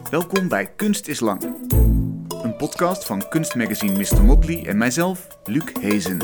Welkom bij Kunst is Lang. Een podcast van kunstmagazine Mr. Motley en mijzelf, Luc Hezen.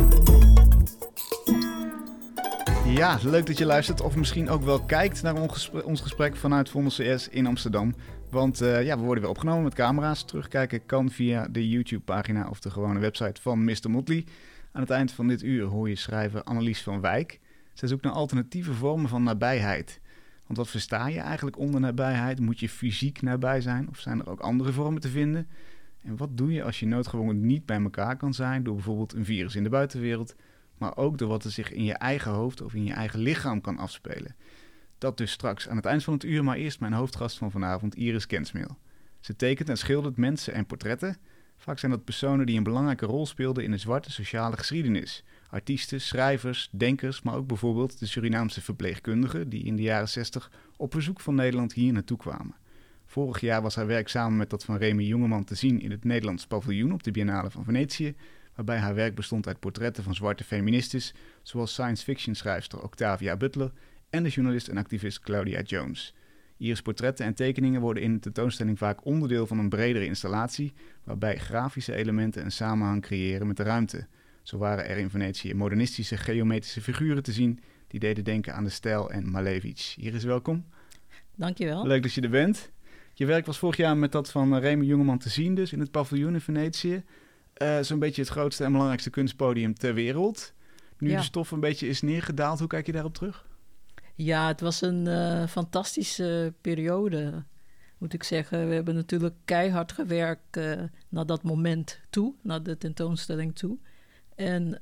Ja, leuk dat je luistert of misschien ook wel kijkt naar ons gesprek vanuit Vondel CS in Amsterdam. Want we worden weer opgenomen met camera's. Terugkijken kan via de YouTube-pagina of de gewone website van Mr. Motley. Aan het eind van dit uur hoor je schrijver Annelies van Wijk. Zij zoekt naar alternatieve vormen van nabijheid. Want wat versta je eigenlijk onder nabijheid? Moet je fysiek nabij zijn of zijn er ook andere vormen te vinden? En wat doe je als je noodgedwongen niet bij elkaar kan zijn door bijvoorbeeld een virus in de buitenwereld, maar ook door wat er zich in je eigen hoofd of in je eigen lichaam kan afspelen? Dat dus straks aan het eind van het uur, maar eerst mijn hoofdgast van vanavond, Iris Kensmeel. Ze tekent en schildert mensen en portretten. Vaak zijn dat personen die een belangrijke rol speelden in de zwarte sociale geschiedenis. Artiesten, schrijvers, denkers, maar ook bijvoorbeeld de Surinaamse verpleegkundigen die in de jaren 60 op verzoek van Nederland hier naartoe kwamen. Vorig jaar was haar werk samen met dat van Remy Jongeman te zien in het Nederlands paviljoen op de Biennale van Venetië, waarbij haar werk bestond uit portretten van zwarte feministes, zoals science fiction schrijfster Octavia Butler en de journalist en activist Claudia Jones. Iris' portretten en tekeningen worden in de tentoonstelling vaak onderdeel van een bredere installatie, waarbij grafische elementen een samenhang creëren met de ruimte. Zo waren er in Venetië modernistische geometrische figuren te zien die deden denken aan de stijl en Malevich. Iris, welkom. Dankjewel. Leuk dat je er bent. Je werk was vorig jaar met dat van Remy Jongeman te zien dus in het paviljoen in Venetië. Zo'n beetje het grootste en belangrijkste kunstpodium ter wereld. Nu de stof een beetje is neergedaald, hoe kijk je daarop terug? Ja, het was een fantastische periode, moet ik zeggen. We hebben natuurlijk keihard gewerkt naar dat moment toe, naar de tentoonstelling toe. En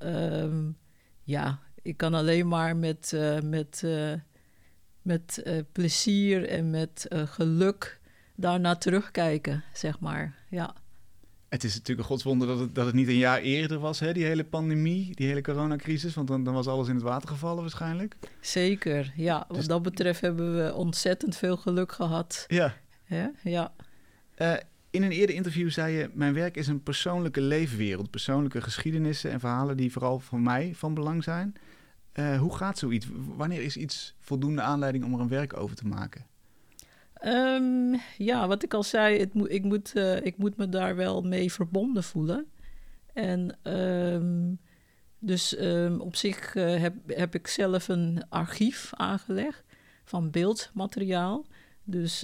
ik kan alleen maar met plezier en met geluk daarna terugkijken, zeg maar, ja. Het is natuurlijk een godswonder dat het niet een jaar eerder was, hè? Die hele pandemie, die hele coronacrisis. Want dan was alles in het water gevallen waarschijnlijk. Zeker, ja. Wat dat betreft hebben we ontzettend veel geluk gehad. Ja. Ja. In een eerder interview zei je, mijn werk is een persoonlijke leefwereld. Persoonlijke geschiedenissen en verhalen die vooral voor mij van belang zijn. Hoe gaat zoiets? Wanneer is iets voldoende aanleiding om er een werk over te maken? Wat ik al zei, ik moet me daar wel mee verbonden voelen. En op zich heb ik zelf een archief aangelegd van beeldmateriaal. Dus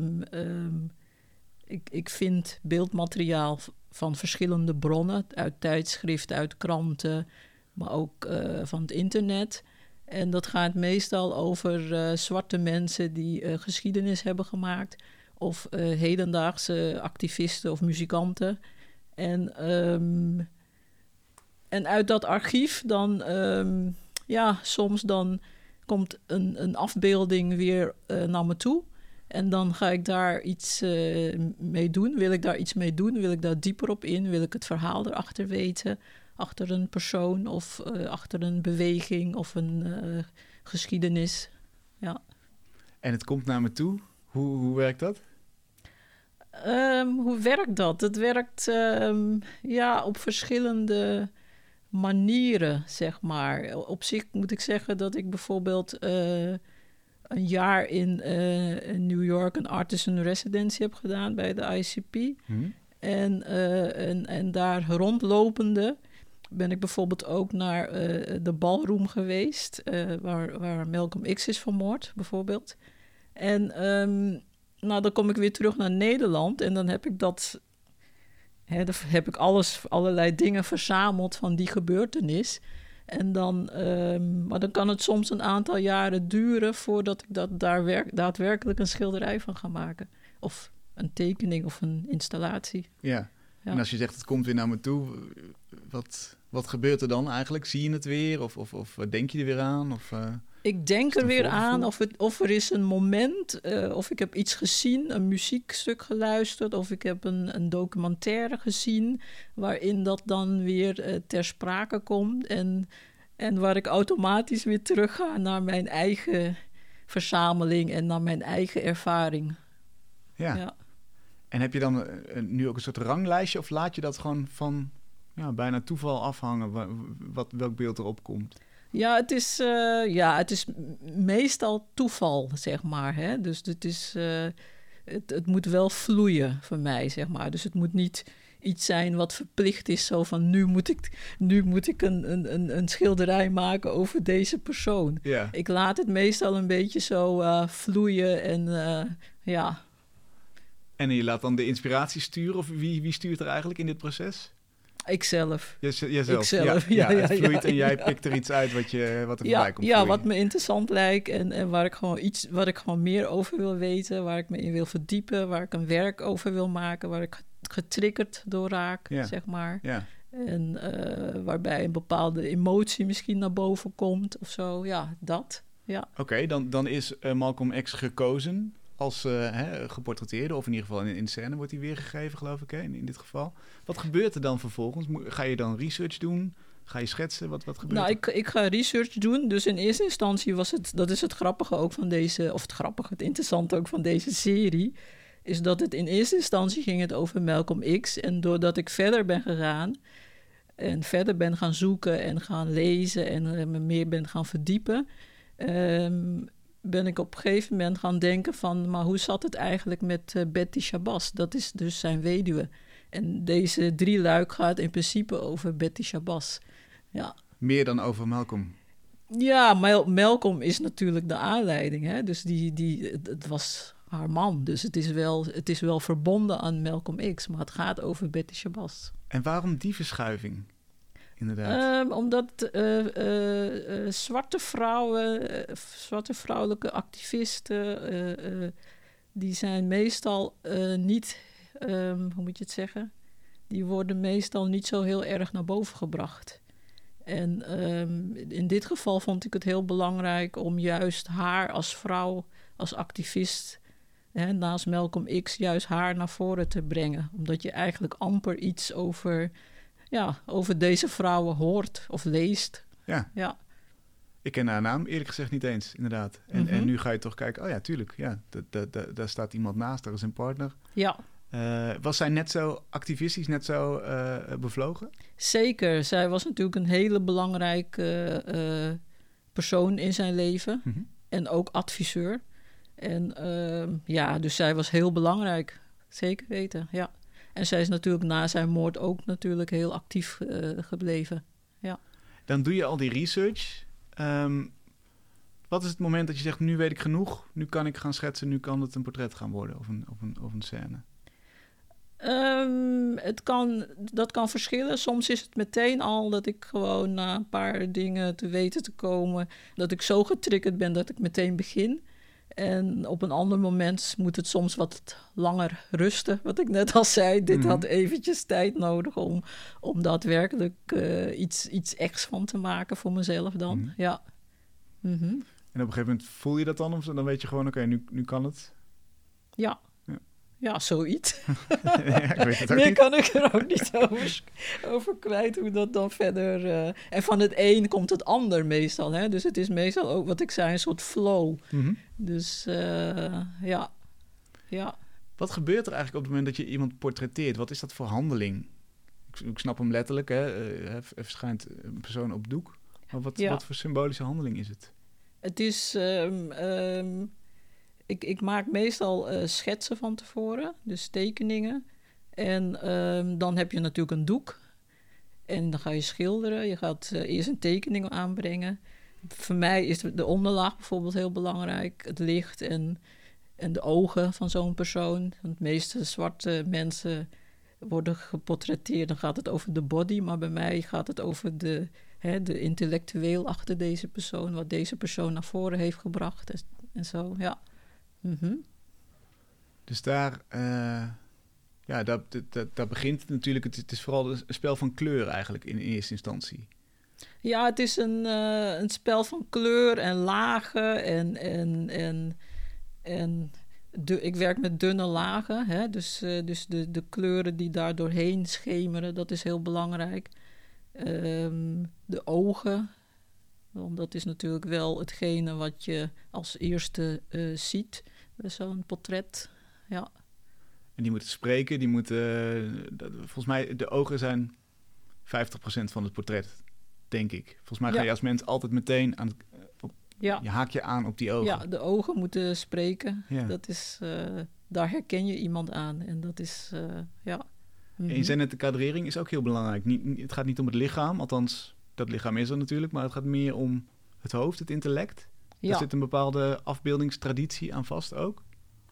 ik vind beeldmateriaal van verschillende bronnen, uit tijdschriften, uit kranten, maar ook van het internet. En dat gaat meestal over zwarte mensen die geschiedenis hebben gemaakt, of hedendaagse activisten of muzikanten. En uit dat archief dan, soms dan komt een afbeelding weer naar me toe. En dan ga ik daar iets mee doen. Wil ik daar iets mee doen? Wil ik daar dieper op in? Wil ik het verhaal erachter weten? Achter een persoon of achter een beweging of een geschiedenis. Ja. En het komt naar me toe. Hoe werkt dat? Hoe werkt dat? Het werkt op verschillende manieren, zeg maar. Op zich moet ik zeggen dat ik bijvoorbeeld een jaar in New York een artist in residency heb gedaan bij de ICP. En daar rondlopende ben ik bijvoorbeeld ook naar de ballroom geweest, waar Malcolm X is vermoord, bijvoorbeeld. En dan kom ik weer terug naar Nederland en dan heb ik dan heb ik allerlei dingen verzameld van die gebeurtenis. En maar dan kan het soms een aantal jaren duren voordat ik daadwerkelijk een schilderij van ga maken. Of een tekening of een installatie. Ja. En als je zegt het komt weer naar me toe, wat gebeurt er dan eigenlijk? Zie je het weer of denk je er weer aan? Ik denk er weer aan of er is een moment, of ik heb iets gezien, een muziekstuk geluisterd, of ik heb een documentaire gezien waarin dat dan weer ter sprake komt en waar ik automatisch weer terug ga naar mijn eigen verzameling en naar mijn eigen ervaring. Ja. En heb je dan nu ook een soort ranglijstje of laat je dat gewoon van bijna toeval afhangen welk beeld erop komt? Ja, het is meestal toeval, zeg maar. Hè? Dus het is het moet wel vloeien voor mij, zeg maar. Dus het moet niet iets zijn wat verplicht is, zo van nu moet ik een schilderij maken over deze persoon. Ja. Ik laat het meestal een beetje zo vloeien en ja. En je laat dan de inspiratie sturen? Of wie stuurt er eigenlijk in dit proces? Ikzelf. Jezelf? Ikzelf, ja. Het vloeit en jij pikt er iets uit wat er voorbij komt. Ja, wat me interessant lijkt en waar ik gewoon meer over wil weten, waar ik me in wil verdiepen, waar ik een werk over wil maken, waar ik getriggerd door raak, zeg maar. Ja. En waarbij een bepaalde emotie misschien naar boven komt of zo. Ja, dat. Ja. Oké, dan is Malcolm X gekozen als geportretteerde, of in ieder geval in scène wordt hij weergegeven, geloof ik, in dit geval. Wat gebeurt er dan vervolgens? Ga je dan research doen? Ga je schetsen? Wat gebeurt er? Ik ga research doen. Dus in eerste instantie dat is het grappige ook van deze, of het interessante ook van deze serie, is dat het in eerste instantie ging het over Malcolm X. En doordat ik verder ben gegaan en verder ben gaan zoeken en gaan lezen en me meer ben gaan verdiepen, ben ik op een gegeven moment gaan denken van, maar hoe zat het eigenlijk met Betty Shabazz? Dat is dus zijn weduwe. En deze drieluik gaat in principe over Betty Shabazz. Ja. Meer dan over Malcolm? Ja, Malcolm is natuurlijk de aanleiding. Hè? Dus het was haar man. Dus het is wel verbonden aan Malcolm X. Maar het gaat over Betty Shabazz. En waarom die verschuiving? Inderdaad. Omdat zwarte vrouwen, zwarte vrouwelijke activisten, die zijn meestal niet, hoe moet je het zeggen? Die worden meestal niet zo heel erg naar boven gebracht. En in dit geval vond ik het heel belangrijk om juist haar als vrouw, als activist, naast Malcolm X, juist haar naar voren te brengen. Omdat je eigenlijk amper iets over deze vrouwen hoort of leest. Ja. Ik ken haar naam eerlijk gezegd niet eens, inderdaad. En nu ga je toch kijken, oh ja, tuurlijk, ja, daar staat iemand naast, daar is een partner. Ja. Was zij net zo activistisch, net zo bevlogen? Zeker. Zij was natuurlijk een hele belangrijke persoon in zijn leven. Mm-hmm. En ook adviseur. En dus zij was heel belangrijk. Zeker weten, ja. En zij is natuurlijk na zijn moord ook natuurlijk heel actief gebleven. Ja. Dan doe je al die research. Wat is het moment dat je zegt, nu weet ik genoeg, nu kan ik gaan schetsen, nu kan het een portret gaan worden of een scène? Dat kan verschillen. Soms is het meteen al dat ik gewoon na een paar dingen te weten te komen, dat ik zo getriggerd ben dat ik meteen begin. En op een ander moment moet het soms wat langer rusten. Wat ik net al zei, dit had eventjes tijd nodig om daadwerkelijk iets echts van te maken voor mezelf dan. Mm-hmm. Ja. Mm-hmm. En op een gegeven moment voel je dat dan? Of dan weet je gewoon, oké, nu kan het? Ja. Ja, zoiets. Ja, ik weet het ook meer niet. Kan ik er ook niet over kwijt hoe dat dan verder... En van het een komt het ander meestal. Hè? Dus het is meestal ook, wat ik zei, een soort flow. Mm-hmm. Dus ja. Wat gebeurt er eigenlijk op het moment dat je iemand portretteert? Wat is dat voor handeling? Ik snap hem letterlijk, hè? Er verschijnt een persoon op doek. Maar wat voor symbolische handeling is het? Het is... Ik maak meestal schetsen van tevoren, dus tekeningen. En dan heb je natuurlijk een doek. En dan ga je schilderen. Je gaat eerst een tekening aanbrengen. Voor mij is de onderlaag bijvoorbeeld heel belangrijk. Het licht en de ogen van zo'n persoon. Want de meeste zwarte mensen worden geportretteerd. Dan gaat het over de body. Maar bij mij gaat het over de intellectueel achter deze persoon. Wat deze persoon naar voren heeft gebracht. En zo, ja. Mm-hmm. Dus daar begint het natuurlijk. Het is vooral een spel van kleur eigenlijk in eerste instantie. Ja, het is een spel van kleur en lagen en ik werk met dunne lagen. Hè? Dus de kleuren die daar doorheen schemeren, dat is heel belangrijk. De ogen, want dat is natuurlijk wel hetgene wat je als eerste ziet. Zo'n portret, ja. En die moeten spreken, die moeten... volgens mij, de ogen zijn 50% van het portret, denk ik. Volgens mij ga je als mens altijd meteen je haak je aan op die ogen. Ja, de ogen moeten spreken. Ja. Dat is daar herken je iemand aan. En dat is, ja. En je zei net, de kadrering is ook heel belangrijk. Het gaat niet om het lichaam, althans, dat lichaam is er natuurlijk, maar het gaat meer om het hoofd, het intellect. Ja. Daar zit een bepaalde afbeeldingstraditie aan vast ook.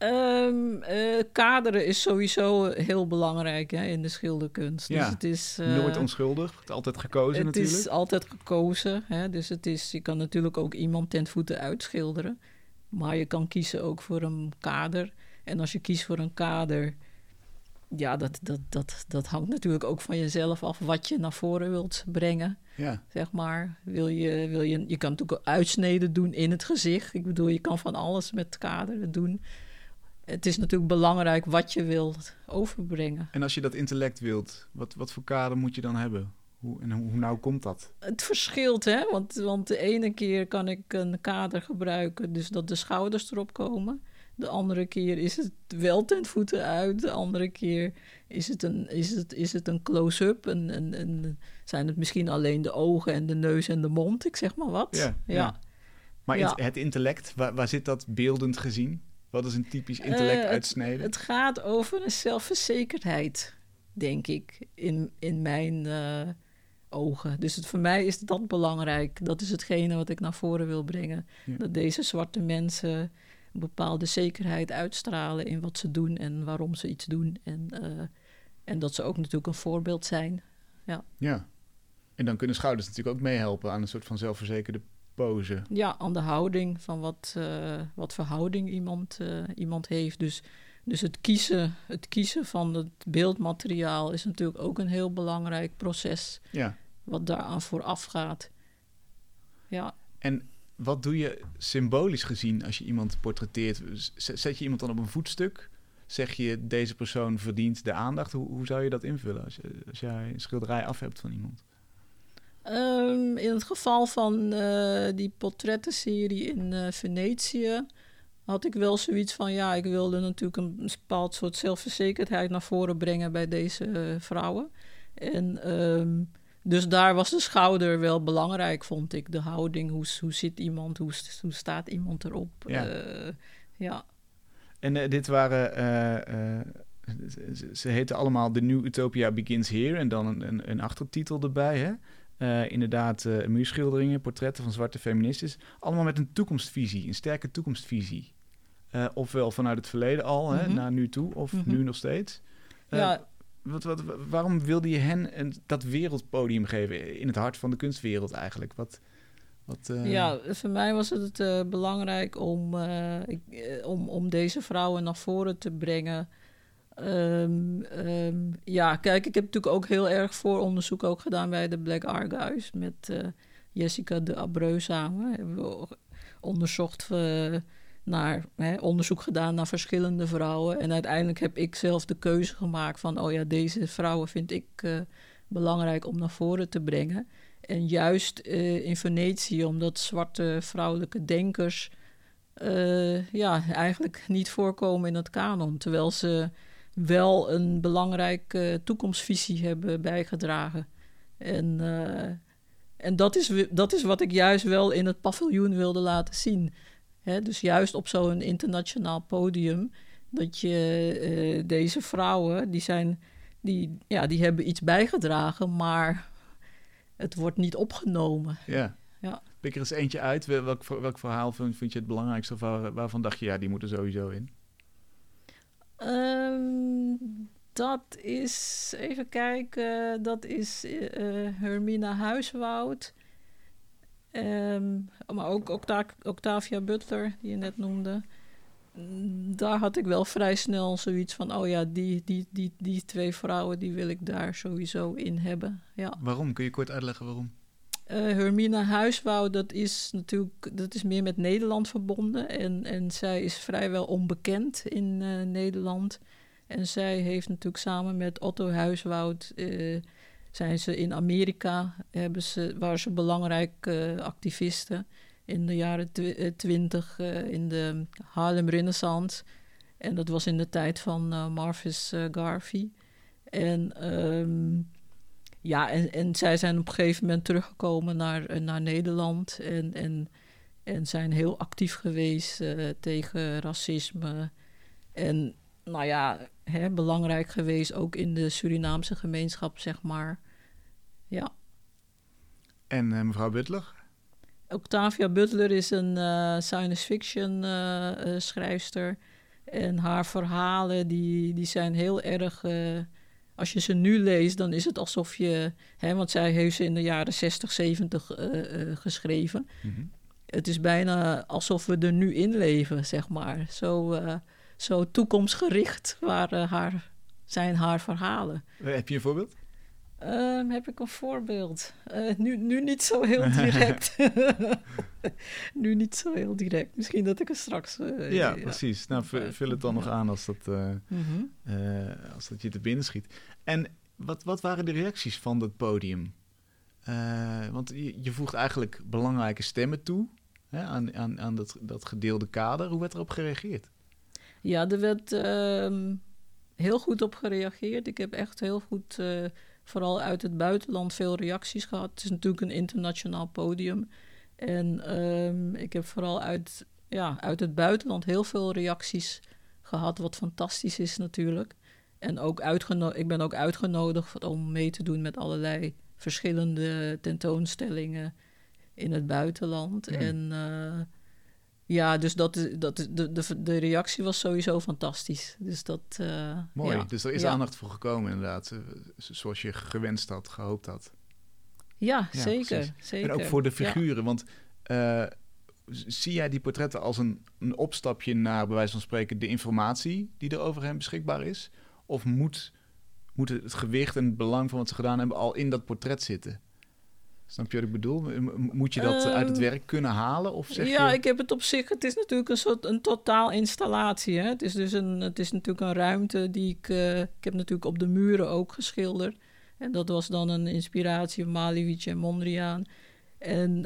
Kaderen is sowieso heel belangrijk, hè, in de schilderkunst. Ja, dus het is, nooit onschuldig, het is altijd gekozen natuurlijk. Het is altijd gekozen, hè, dus je kan natuurlijk ook iemand ten voeten uitschilderen. Maar je kan kiezen ook voor een kader. En als je kiest voor een kader, ja, dat hangt natuurlijk ook van jezelf af wat je naar voren wilt brengen. Ja. Zeg maar. Je kan natuurlijk ook uitsneden doen in het gezicht. Ik bedoel, je kan van alles met kaderen doen. Het is natuurlijk belangrijk wat je wilt overbrengen. En als je dat intellect wilt, wat voor kader moet je dan hebben? Hoe nauw komt dat? Het verschilt, hè? Want de ene keer kan ik een kader gebruiken, dus dat de schouders erop komen. De andere keer is het wel ten voeten uit. De andere keer is het een close-up. Zijn het misschien alleen de ogen en de neus en de mond? Ik zeg maar wat. Ja. Maar het intellect, waar zit dat beeldend gezien? Wat is een typisch intellect uitsneden? Het gaat over een zelfverzekerdheid, denk ik, in mijn ogen. Dus voor mij is dat belangrijk. Dat is hetgene wat ik naar voren wil brengen. Ja. Dat deze zwarte mensen een bepaalde zekerheid uitstralen in wat ze doen en waarom ze iets doen. En dat ze ook natuurlijk een voorbeeld zijn. Ja. En dan kunnen schouders natuurlijk ook meehelpen aan een soort van zelfverzekerde pose. Ja, aan de houding van wat voor houding iemand heeft. Dus het kiezen van het beeldmateriaal is natuurlijk ook een heel belangrijk proces. Ja. Wat daaraan vooraf gaat. Ja. En wat doe je symbolisch gezien als je iemand portretteert? Zet je iemand dan op een voetstuk? Zeg je, deze persoon verdient de aandacht? Hoe zou je dat invullen als jij een schilderij af hebt van iemand? In het geval van die portrettenserie in Venetië had ik wel zoiets van, ja, ik wilde natuurlijk een bepaald soort zelfverzekerdheid naar voren brengen bij deze vrouwen. En dus daar was de schouder wel belangrijk, vond ik. De houding, hoe zit iemand, hoe staat iemand erop. Ja. En dit waren, ze heten allemaal The New Utopia Begins Here en dan een achtertitel erbij, hè? Inderdaad, muurschilderingen, portretten van zwarte feministes. Allemaal met een toekomstvisie, een sterke toekomstvisie. Ofwel vanuit het verleden al, hè, naar nu toe, of nu nog steeds. Waarom wilde je hen dat wereldpodium geven in het hart van de kunstwereld eigenlijk? Ja, voor mij was het belangrijk om deze vrouwen naar voren te brengen. Ja, kijk, ik heb natuurlijk ook heel erg vooronderzoek ook gedaan bij de Black Archives met Jessica de Abreu samen. Hebben we onderzocht onderzoek gedaan naar verschillende vrouwen. En uiteindelijk heb ik zelf de keuze gemaakt van, oh ja, deze vrouwen vind ik belangrijk om naar voren te brengen. En juist in Venetië, omdat zwarte vrouwelijke denkers eigenlijk niet voorkomen in het kanon, terwijl ze wel een belangrijke toekomstvisie hebben bijgedragen. En dat is wat ik juist wel in het paviljoen wilde laten zien. Hè? Dus juist op zo'n internationaal podium, dat je deze vrouwen, die hebben iets bijgedragen, maar het wordt niet opgenomen. Ja. Pik er eens eentje uit. Welk verhaal vind je het belangrijkste? Of waarvan dacht je, ja, die moeten sowieso in? Dat is, even kijken, dat is Hermina Huiswoud. Maar ook Octavia Butler, die je net noemde. Daar had ik wel vrij snel zoiets van, oh ja, die twee vrouwen, die wil ik daar sowieso in hebben. Ja. Waarom? Kun je kort uitleggen waarom? Hermina Huiswoud, dat is meer met Nederland verbonden. En zij is vrijwel onbekend in Nederland. En zij heeft natuurlijk samen met Otto Huiswoud, zijn ze in Amerika, waren ze belangrijke activisten in de jaren 20 in de Harlem Renaissance. En dat was in de tijd van Marcus Garvey. En zij zijn op een gegeven moment teruggekomen naar Nederland en zijn heel actief geweest tegen racisme. En nou ja, belangrijk geweest, ook in de Surinaamse gemeenschap, zeg maar. Ja. En mevrouw Butler? Octavia Butler is een science fiction schrijfster. En haar verhalen die zijn heel erg... als je ze nu leest, dan is het alsof je... want zij heeft ze in de jaren 60, 70 geschreven. Mm-hmm. Het is bijna alsof we er nu in leven, zeg maar. Zo toekomstgericht zijn haar verhalen. Heb je een voorbeeld? Heb ik een voorbeeld? Nu niet zo heel direct. Nu niet zo heel direct. Misschien dat ik er straks... ja, precies. Nou, vul het dan nog aan als dat je te binnen schiet. En wat waren de reacties van dat podium? Want je voegt eigenlijk belangrijke stemmen toe, hè, aan dat gedeelde kader. Hoe werd erop gereageerd? Ja, er werd heel goed op gereageerd. Ik heb echt heel goed... vooral uit het buitenland veel reacties gehad. Het is natuurlijk een internationaal podium. En ik heb vooral uit het buitenland heel veel reacties gehad, wat fantastisch is natuurlijk. En ook ik ben ook uitgenodigd om mee te doen met allerlei verschillende tentoonstellingen in het buitenland. En dus de reactie was sowieso fantastisch. Dus dat... Mooi, dus er is aandacht voor gekomen inderdaad. Zoals je gewenst had, gehoopt had. Ja, zeker. En ook voor de figuren, want zie jij die portretten als een opstapje naar, bij wijze van spreken, de informatie die er over hen beschikbaar is? Of moet het gewicht en het belang van wat ze gedaan hebben al in dat portret zitten? Snap je wat ik bedoel? Moet je dat uit het werk kunnen halen? Of zeg je... ik heb het op zich... Het is natuurlijk een totaal installatie. Hè? Het is natuurlijk een ruimte die ik heb natuurlijk op de muren ook geschilderd. En dat was dan een inspiratie van Malevich en Mondriaan. En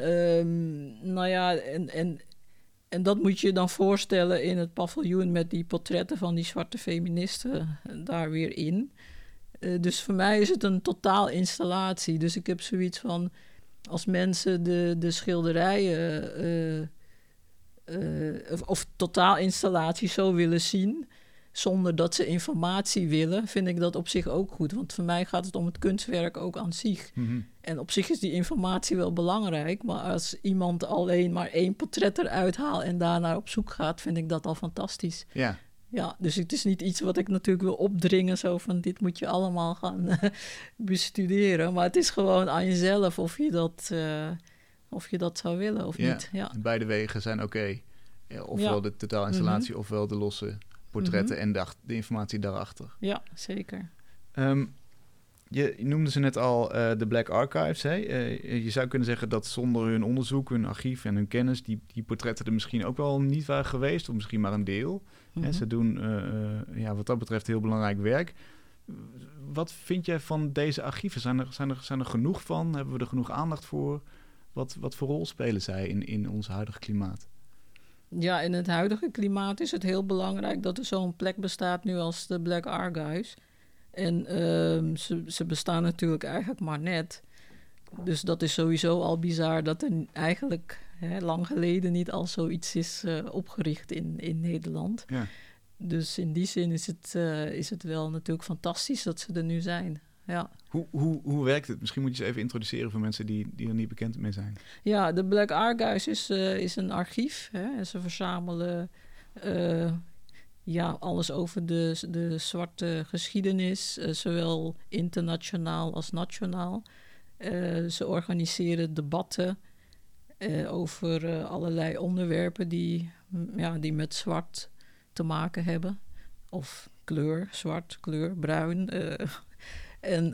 en dat moet je dan voorstellen in het paviljoen met die portretten van die zwarte feministen daar weer in. Dus voor mij is het een totaal installatie. Dus ik heb zoiets van... Als mensen de schilderijen of totaalinstallaties zo willen zien, zonder dat ze informatie willen, vind ik dat op zich ook goed. Want voor mij gaat het om het kunstwerk ook aan zich. Mm-hmm. En op zich is die informatie wel belangrijk, maar als iemand alleen maar 1 portret eruit haalt en daarnaar op zoek gaat, vind ik dat al fantastisch. Ja. Ja, dus het is niet iets wat ik natuurlijk wil opdringen, zo van dit moet je allemaal gaan bestuderen. Maar het is gewoon aan jezelf of je dat zou willen of niet. Ja. Beide wegen zijn oké. Ofwel de totaalinstallatie, ofwel de losse portretten en de informatie daarachter. Ja, zeker. Je noemde ze net al de Black Archives. Hè? Je zou kunnen zeggen dat zonder hun onderzoek, hun archief en hun kennis, die portretten er misschien ook wel niet waren geweest, of misschien maar een deel. Mm-hmm. Ze doen wat dat betreft heel belangrijk werk. Wat vind jij van deze archieven? Zijn er genoeg van? Hebben we er genoeg aandacht voor? Wat voor rol spelen zij in ons huidige klimaat? Ja, in het huidige klimaat is het heel belangrijk dat er zo'n plek bestaat nu als de Black Archives. En ze bestaan natuurlijk eigenlijk maar net. Dus dat is sowieso al bizar dat er eigenlijk lang geleden niet al zoiets is opgericht in Nederland. Ja. Dus in die zin is het wel natuurlijk fantastisch dat ze er nu zijn. Ja. Hoe werkt het? Misschien moet je ze even introduceren voor mensen die er niet bekend mee zijn. Ja, de Black Archives is een archief. En ze verzamelen alles over de zwarte geschiedenis, zowel internationaal als nationaal. Ze organiseren debatten over allerlei onderwerpen die met zwart te maken hebben. Of kleur, zwart, kleur, bruin. En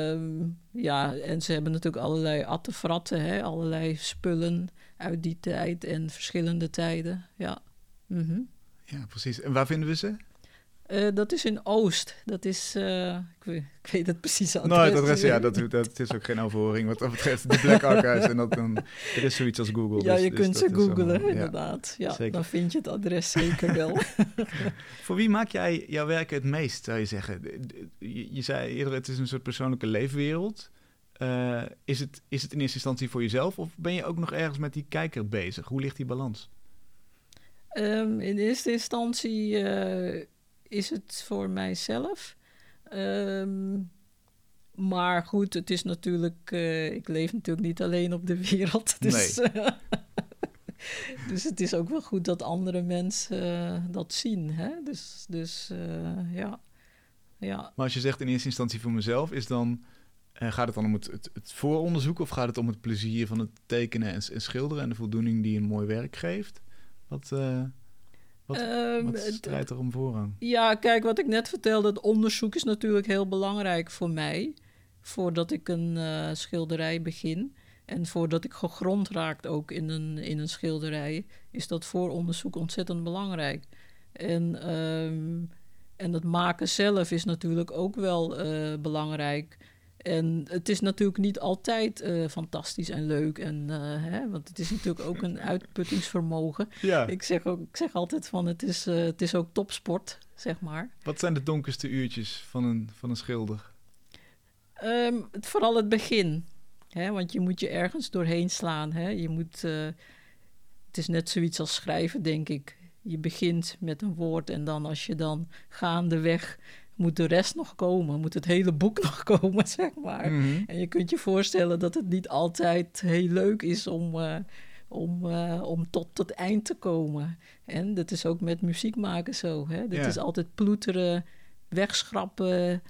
ze hebben natuurlijk allerlei attefratten, allerlei spullen uit die tijd en verschillende tijden. Ja. Mm-hmm. Ja, precies. En waar vinden we ze? Dat is in Oost. Dat is, ik weet het precies al. Nou, dat is ook geen overhoring wat dat betreft. De Black Archives. En er is zoiets als Google. Ja, je kunt ze googlen, inderdaad. Ja, dan vind je het adres zeker wel. Voor wie maak jij jouw werk het meest, zou je zeggen? Je zei eerder, het is een soort persoonlijke leefwereld. Is het in eerste instantie voor jezelf? Of ben je ook nog ergens met die kijker bezig? Hoe ligt die balans? In eerste instantie is het voor mijzelf. Maar goed, het is natuurlijk... ik leef natuurlijk niet alleen op de wereld. Dus, Nee. Dus het is ook wel goed dat andere mensen dat zien. Hè? Dus ja. Maar als je zegt in eerste instantie voor mezelf, gaat het dan om het vooronderzoek of gaat het om het plezier van het tekenen en schilderen en de voldoening die een mooi werk geeft? Wat strijdt er om voorrang? Ja, kijk, wat ik net vertelde, het onderzoek is natuurlijk heel belangrijk voor mij. Voordat ik een schilderij begin. En voordat ik gegrond raak ook in een schilderij, is dat vooronderzoek ontzettend belangrijk. En het maken zelf is natuurlijk ook wel belangrijk. En het is natuurlijk niet altijd fantastisch en leuk. Want het is natuurlijk ook een uitputtingsvermogen. Ja. Ik zeg altijd van het is ook topsport, zeg maar. Wat zijn de donkerste uurtjes van een schilder? Vooral het begin. Hè? Want je moet je ergens doorheen slaan. Hè? Het is net zoiets als schrijven, denk ik. Je begint met een woord en dan als je dan gaandeweg moet de rest nog komen. Moet het hele boek nog komen, zeg maar. Mm-hmm. En je kunt je voorstellen dat het niet altijd heel leuk is om tot het eind te komen. En dat is ook met muziek maken zo. Hè? Dit is altijd ploeteren, wegschrappen,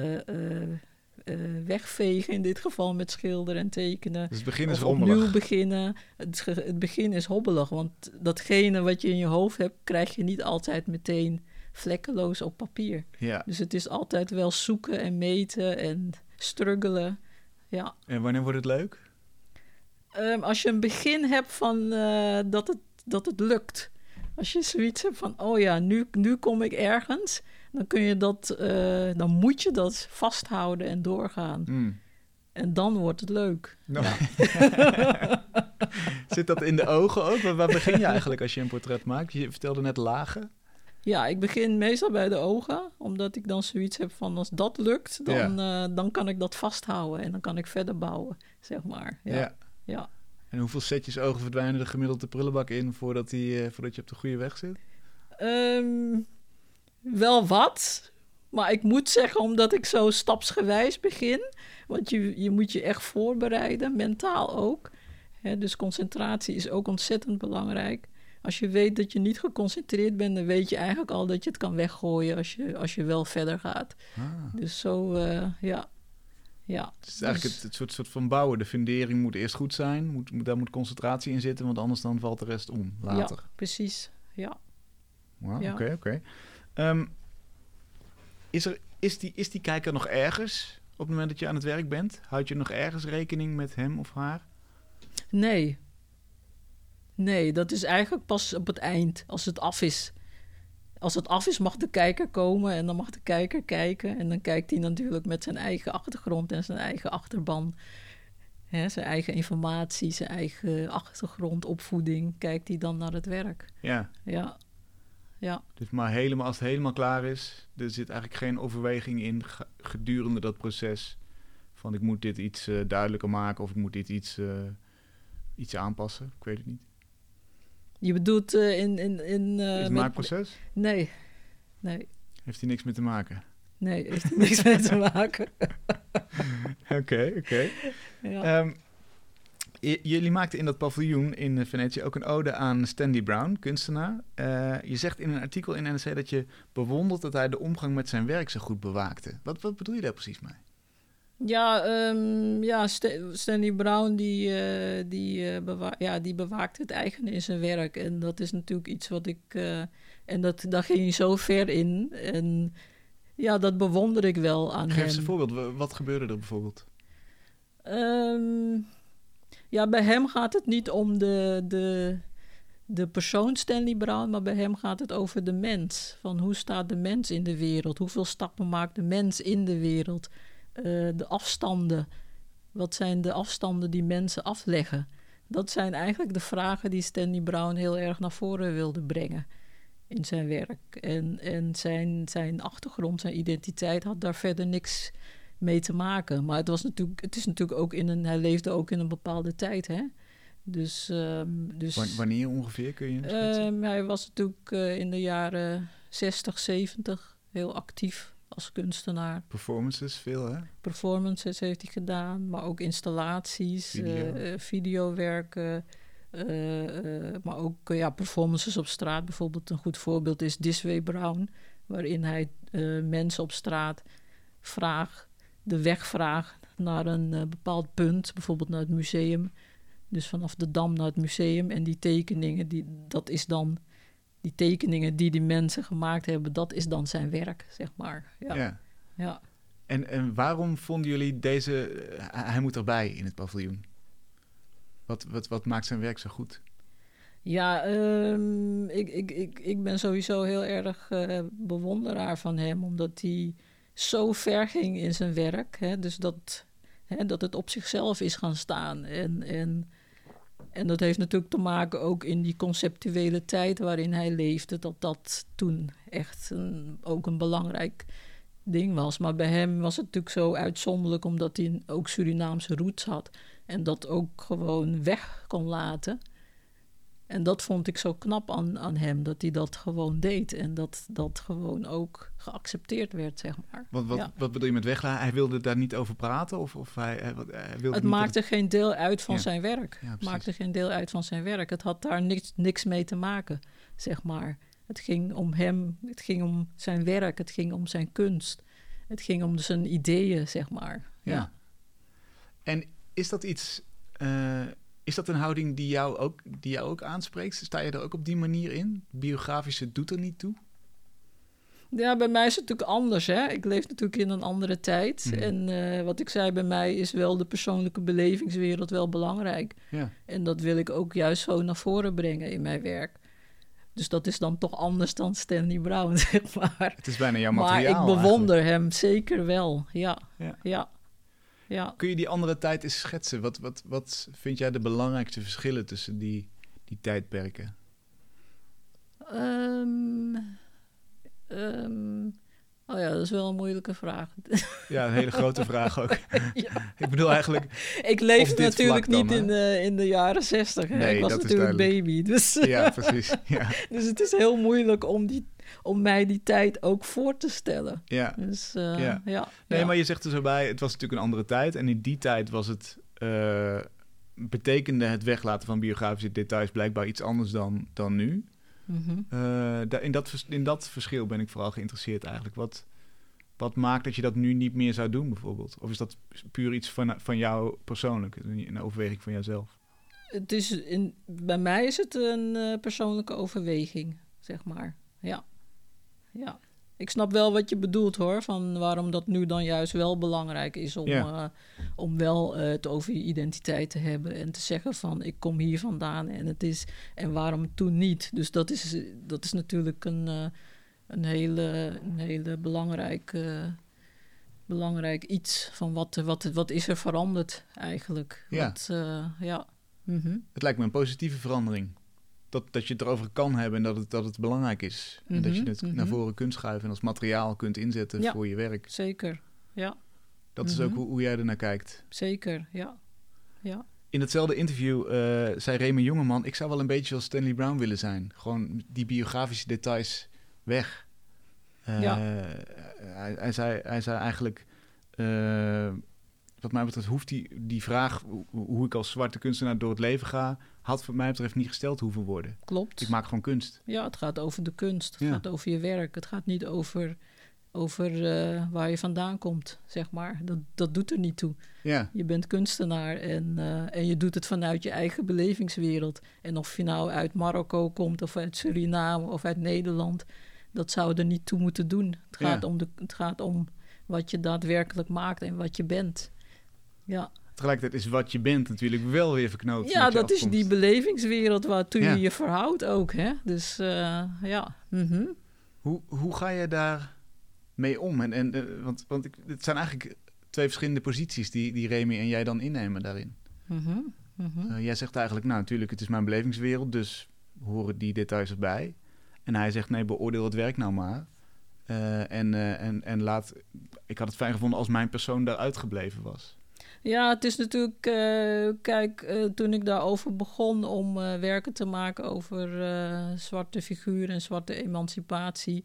wegvegen in dit geval met schilderen en tekenen. Dus het begin is of rommelig. opnieuw beginnen. Het begin is hobbelig, want datgene wat je in je hoofd hebt, krijg je niet altijd meteen vlekkeloos op papier. Ja. Dus het is altijd wel zoeken en meten en struggelen. Ja. En wanneer wordt het leuk? Als je een begin hebt van dat het lukt. Als je zoiets hebt van, oh ja, nu kom ik ergens, dan kun je dan moet je dat vasthouden en doorgaan. Mm. En dan wordt het leuk. Nou. Ja. Zit dat in de ogen ook? Waar begin je eigenlijk als je een portret maakt? Je vertelde net lagen. Ja, ik begin meestal bij de ogen, omdat ik dan zoiets heb van, als dat lukt, dan kan ik dat vasthouden en dan kan ik verder bouwen, zeg maar. Ja. En hoeveel setjes ogen verdwijnen er gemiddeld de prullenbak in voordat je op de goede weg zit? Wel wat, maar ik moet zeggen, omdat ik zo stapsgewijs begin, want je moet je echt voorbereiden, mentaal ook. Hè, dus concentratie is ook ontzettend belangrijk. Als je weet dat je niet geconcentreerd bent, dan weet je eigenlijk al dat je het kan weggooien als je wel verder gaat. Ah. Dus zo, ja. Het is eigenlijk het soort van bouwen. De fundering moet eerst goed zijn. Daar moet concentratie in zitten, want anders dan valt de rest om later. Ja, precies. Ja. Wauw, Ja. Oké. Is die kijker nog ergens op het moment dat je aan het werk bent? Houd je nog ergens rekening met hem of haar? Nee, dat is eigenlijk pas op het eind, als het af is. Als het af is, mag de kijker komen en dan mag de kijker kijken. En dan kijkt hij natuurlijk met zijn eigen achtergrond en zijn eigen achterban. Hè, zijn eigen informatie, zijn eigen achtergrond, opvoeding. Kijkt hij dan naar het werk. Ja. Ja. Dus maar als het helemaal klaar is, er zit eigenlijk geen overweging in gedurende dat proces. Van ik moet dit iets duidelijker maken of ik moet dit iets aanpassen. Ik weet het niet. Je bedoelt in het maakproces? Nee. Heeft hij niks mee te maken? Nee, heeft er niks mee te maken. Oké. Ja. Jullie maakten in dat paviljoen in Venetië ook een ode aan Stanley Brown, kunstenaar. Je zegt in een artikel in NRC dat je bewondert dat hij de omgang met zijn werk zo goed bewaakte. Wat bedoel je daar precies mee? Ja, Stanley Brown die bewaakt het eigen in zijn werk. En dat is natuurlijk iets wat ik... daar ging hij zo ver in. En ja, dat bewonder ik wel aan hem. Geef eens een voorbeeld. Wat gebeurde er bijvoorbeeld? Ja, bij hem gaat het niet om de persoon Stanley Brown, maar bij hem gaat het over de mens. Van hoe staat de mens in de wereld? Hoeveel stappen maakt de mens in de wereld? De afstanden. Wat zijn de afstanden die mensen afleggen? Dat zijn eigenlijk de vragen die Stanley Brown heel erg naar voren wilde brengen in zijn werk. En zijn achtergrond, zijn identiteit had daar verder niks mee te maken. Maar het is natuurlijk ook hij leefde ook in een bepaalde tijd, hè? Dus Wanneer ongeveer kun je schetsen? hij was natuurlijk in de jaren 60, 70, heel actief als kunstenaar. Performances, veel hè? Performances heeft hij gedaan, maar ook installaties, videowerken. Maar ook performances op straat. Bijvoorbeeld een goed voorbeeld is This Way Brown, waarin hij mensen op straat de weg vraagt naar een bepaald punt, bijvoorbeeld naar het museum. Dus vanaf de Dam naar het museum. En die tekeningen, die tekeningen die die mensen gemaakt hebben, dat is dan zijn werk, zeg maar. Ja. En waarom vonden jullie hij moet erbij in het paviljoen? Wat maakt zijn werk zo goed? Ja, ik ben sowieso heel erg bewonderaar van hem, omdat hij zo ver ging in zijn werk. Hè, dus dat het op zichzelf is gaan staan. En dat heeft natuurlijk te maken ook in die conceptuele tijd waarin hij leefde, dat toen echt ook een belangrijk ding was. Maar bij hem was het natuurlijk zo uitzonderlijk, omdat hij ook Surinaamse roots had en dat ook gewoon weg kon laten. En dat vond ik zo knap aan hem, dat hij dat gewoon deed. En dat gewoon ook geaccepteerd werd, zeg maar. Wat bedoel je met weglaten? Hij wilde daar niet over praten? Of hij wilde het maakte geen deel uit van zijn werk. Ja, het maakte geen deel uit van zijn werk. Het had daar niks mee te maken, zeg maar. Het ging om hem, het ging om zijn werk, het ging om zijn kunst. Het ging om zijn ideeën, zeg maar. Ja. En is dat iets... Is dat een houding die jou ook aanspreekt? Sta je er ook op die manier in? Biografische doet er niet toe? Ja, bij mij is het natuurlijk anders. Hè? Ik leef natuurlijk in een andere tijd. En wat ik zei, bij mij is wel de persoonlijke belevingswereld wel belangrijk. Ja. En dat wil ik ook juist zo naar voren brengen in mijn werk. Dus dat is dan toch anders dan Stanley Brown, zeg maar. Het is bijna jouw materiaal. Maar ik bewonder hem zeker wel, ja. Kun je die andere tijd eens schetsen? Wat vind jij de belangrijkste verschillen tussen die tijdperken? Dat is wel een moeilijke vraag. Ja, een hele grote vraag ook. Ja. Ik bedoel eigenlijk... Ik leefde natuurlijk niet in de jaren 60. Nee, ik was natuurlijk baby. Dus, ja, precies. Ja. Dus het is heel moeilijk om mij die tijd ook voor te stellen. Ja. Dus, maar je zegt er zo bij, het was natuurlijk een andere tijd. En in die tijd was het... betekende het weglaten van biografische details blijkbaar iets anders dan nu. Mm-hmm. In dat verschil ben ik vooral geïnteresseerd eigenlijk. Wat maakt dat je dat nu niet meer zou doen bijvoorbeeld? Of is dat puur iets van jou persoonlijk? Een overweging van jouzelf? Bij mij is het een persoonlijke overweging, zeg maar. Ja. Ik snap wel wat je bedoelt, hoor. Van waarom dat nu dan juist wel belangrijk is om wel het over je identiteit te hebben. En te zeggen van, ik kom hier vandaan en waarom toen niet. Dus dat is natuurlijk een hele belangrijk iets. Van wat is er veranderd eigenlijk. Ja. Het lijkt me een positieve verandering. Dat je het erover kan hebben en dat het belangrijk is. En dat je het naar voren kunt schuiven en als materiaal kunt inzetten voor je werk. Zeker, ja. Dat is ook hoe jij ernaar kijkt. Zeker, ja. In hetzelfde interview zei Remy Jongeman... ik zou wel een beetje zoals Stanley Brown willen zijn. Gewoon die biografische details weg. Hij zei eigenlijk... wat mij betreft hoeft die vraag... hoe ik als zwarte kunstenaar door het leven ga... had wat mij betreft niet gesteld hoeven worden. Klopt. Ik maak gewoon kunst. Ja, het gaat over de kunst. Het gaat over je werk. Het gaat niet over waar je vandaan komt, zeg maar. Dat doet er niet toe. Ja. Je bent kunstenaar en je doet het vanuit je eigen belevingswereld. En of je nou uit Marokko komt of uit Suriname of uit Nederland... dat zou er niet toe moeten doen. Het gaat om wat je daadwerkelijk maakt en wat je bent. Ja. Tegelijkertijd is wat je bent natuurlijk wel weer verknoopt. Ja, dat is die belevingswereld waartoe je je verhoudt ook. Hè? Dus Mm-hmm. Hoe ga je daar mee om? Want het zijn eigenlijk twee verschillende posities die Remy en jij dan innemen daarin. Mm-hmm. Mm-hmm. Jij zegt eigenlijk, nou natuurlijk, het is mijn belevingswereld, dus horen die details erbij. En hij zegt, nee, beoordeel het werk nou maar. En laat... Ik had het fijn gevonden als mijn persoon daaruit gebleven was. Ja, het is natuurlijk... toen ik daarover begon om werken te maken over zwarte figuren en zwarte emancipatie...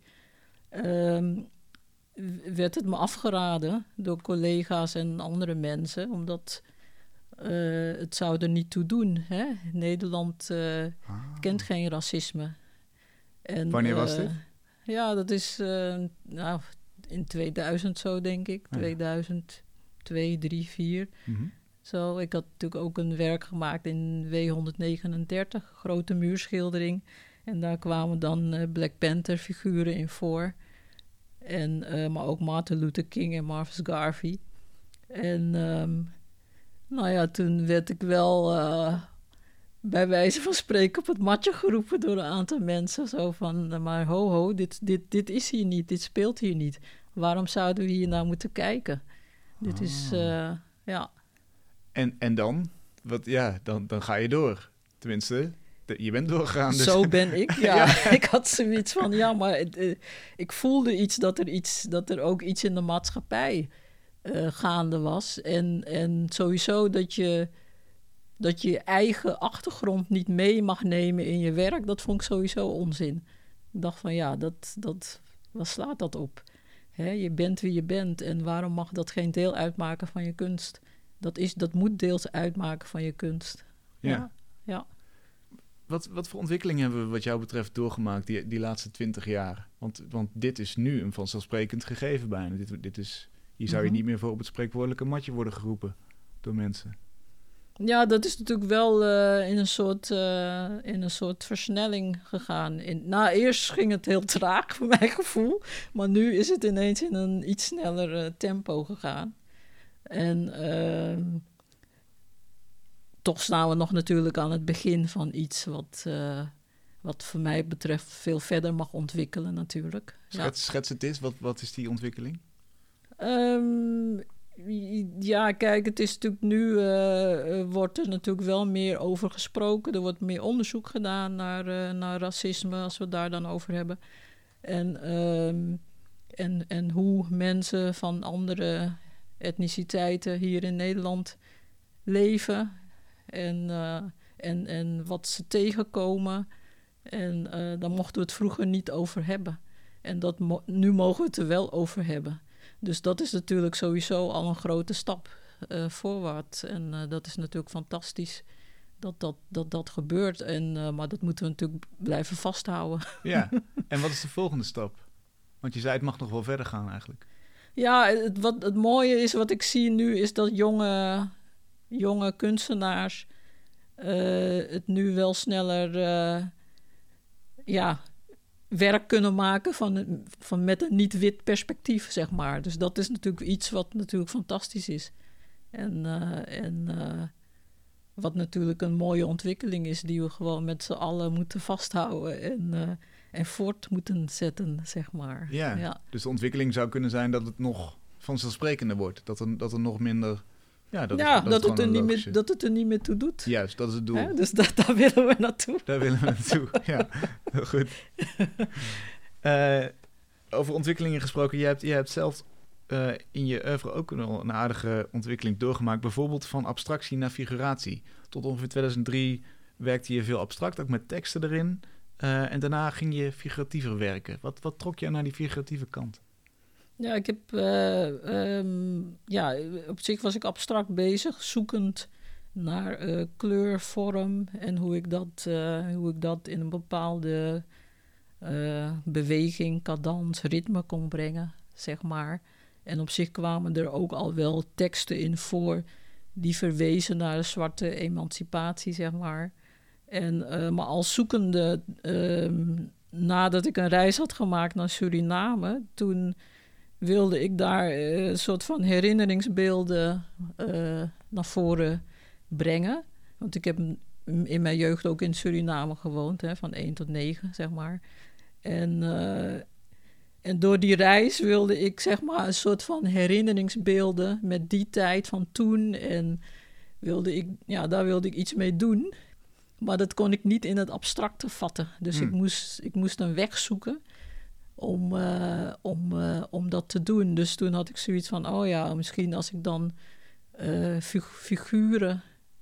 werd het me afgeraden door collega's en andere mensen, omdat het zou er niet toe doen. Hè? Nederland kent geen racisme. En, Wanneer was dit? Ja, dat is in 2000 zo, denk ik. 2002, 3, 4. Mm-hmm. Zo, ik had natuurlijk ook een werk gemaakt in W139, grote muurschildering. En daar kwamen dan Black Panther figuren in voor. Maar ook Martin Luther King en Marcus Garvey. En toen werd ik wel bij wijze van spreken op het matje geroepen door een aantal mensen. Zo van, maar ho, dit is hier niet, dit speelt hier niet. Waarom zouden we hier naar moeten kijken? Dit is, ja. En dan? Dan ga je door. Tenminste, je bent doorgegaan. Dus. Zo ben ik, ja. Ik had zoiets van, maar ik voelde dat er ook iets in de maatschappij gaande was. En sowieso dat je eigen achtergrond niet mee mag nemen in je werk, dat vond ik sowieso onzin. Ik dacht van, wat slaat dat op? Hè, je bent wie je bent en waarom mag dat geen deel uitmaken van je kunst? Dat moet deels uitmaken van je kunst. Ja. Wat voor ontwikkelingen hebben we wat jou betreft doorgemaakt die laatste 20 jaar? Want dit is nu een vanzelfsprekend gegeven bijna. Hier zou je niet meer voor op het spreekwoordelijke matje worden geroepen door mensen. Ja, dat is natuurlijk wel in een soort versnelling gegaan. Eerst ging het heel traag, voor mijn gevoel. Maar nu is het ineens in een iets sneller tempo gegaan. En toch staan we nog natuurlijk aan het begin van iets wat voor mij betreft veel verder mag ontwikkelen natuurlijk. Schets het eens, wat is die ontwikkeling? Ja, kijk, het is natuurlijk nu wordt er natuurlijk wel meer over gesproken. Er wordt meer onderzoek gedaan naar racisme, als we het daar dan over hebben. En hoe mensen van andere etniciteiten hier in Nederland leven. En wat ze tegenkomen. En daar mochten we het vroeger niet over hebben. En nu mogen we het er wel over hebben. Dus dat is natuurlijk sowieso al een grote stap voorwaarts. En dat is natuurlijk fantastisch dat gebeurt. Maar dat moeten we natuurlijk blijven vasthouden. Ja, en wat is de volgende stap? Want je zei het mag nog wel verder gaan eigenlijk. Ja, het mooie is wat ik zie nu is dat jonge kunstenaars het nu wel sneller werk kunnen maken van met een niet-wit perspectief, zeg maar. Dus dat is natuurlijk iets wat natuurlijk fantastisch is. En wat natuurlijk een mooie ontwikkeling is die we gewoon met z'n allen moeten vasthouden en voort moeten zetten, zeg maar. Ja, dus de ontwikkeling zou kunnen zijn dat het nog vanzelfsprekender wordt. Dat er nog minder... dat het er niet meer toe doet. Juist, dat is het doel. Dus daar willen we naartoe. Daar willen we naartoe, ja. Heel goed. Over ontwikkelingen gesproken. Jij hebt zelf in je oeuvre ook een aardige ontwikkeling doorgemaakt. Bijvoorbeeld van abstractie naar figuratie. Tot ongeveer 2003 werkte je veel abstract, ook met teksten erin. En daarna ging je figuratiever werken. Wat trok je naar die figuratieve kant? Ja, ik heb... op zich was ik abstract bezig, zoekend naar kleur, vorm en hoe ik dat in een bepaalde beweging, cadans, ritme kon brengen, zeg maar. En op zich kwamen er ook al wel teksten in voor die verwezen naar de zwarte emancipatie, zeg maar. Maar als zoekende, nadat ik een reis had gemaakt naar Suriname, toen wilde ik daar een soort van herinneringsbeelden naar voren brengen. Want ik heb in mijn jeugd ook in Suriname gewoond, van 1 tot 9, zeg maar. En door die reis wilde ik, zeg maar, een soort van herinneringsbeelden met die tijd van toen. En daar wilde ik iets mee doen. Maar dat kon ik niet in het abstracte vatten. Dus ik moest een weg zoeken om dat te doen. Dus toen had ik zoiets van, misschien als ik dan figuren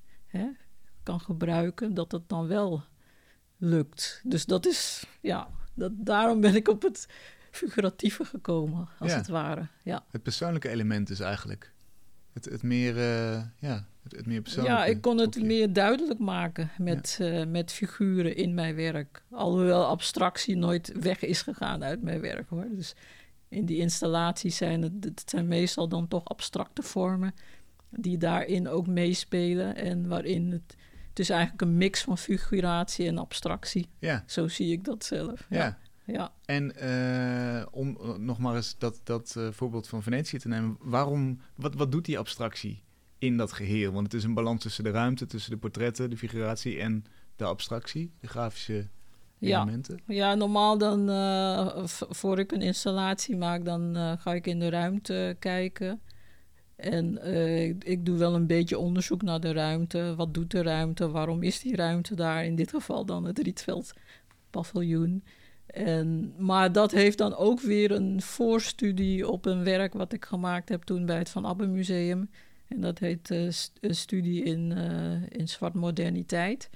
kan gebruiken, dat het dan wel lukt. Dus dat is, daarom ben ik op het figuratieve gekomen, als het ware. Ja. Het persoonlijke element is eigenlijk het meer, het meer persoonlijke. Ja, ik kon het meer duidelijk maken met figuren in mijn werk. Alhoewel abstractie nooit weg is gegaan uit mijn werk, hoor. Dus in die installaties het zijn meestal dan toch abstracte vormen die daarin ook meespelen en waarin het is eigenlijk een mix van figuratie en abstractie. Ja. Zo zie ik dat zelf. Ja. En om nog maar eens dat voorbeeld van Venetië te nemen, wat doet die abstractie in dat geheel? Want het is een balans tussen de ruimte, tussen de portretten, de figuratie en de abstractie, de grafische elementen. Ja, normaal dan, voor ik een installatie maak, dan ga ik in de ruimte kijken. En ik doe wel een beetje onderzoek naar de ruimte. Wat doet de ruimte? Waarom is die ruimte daar? In dit geval dan het Rietveld paviljoen. Maar dat heeft dan ook weer een voorstudie op een werk wat ik gemaakt heb toen bij het Van Abbe Museum. En dat heet een studie in zwart moderniteit.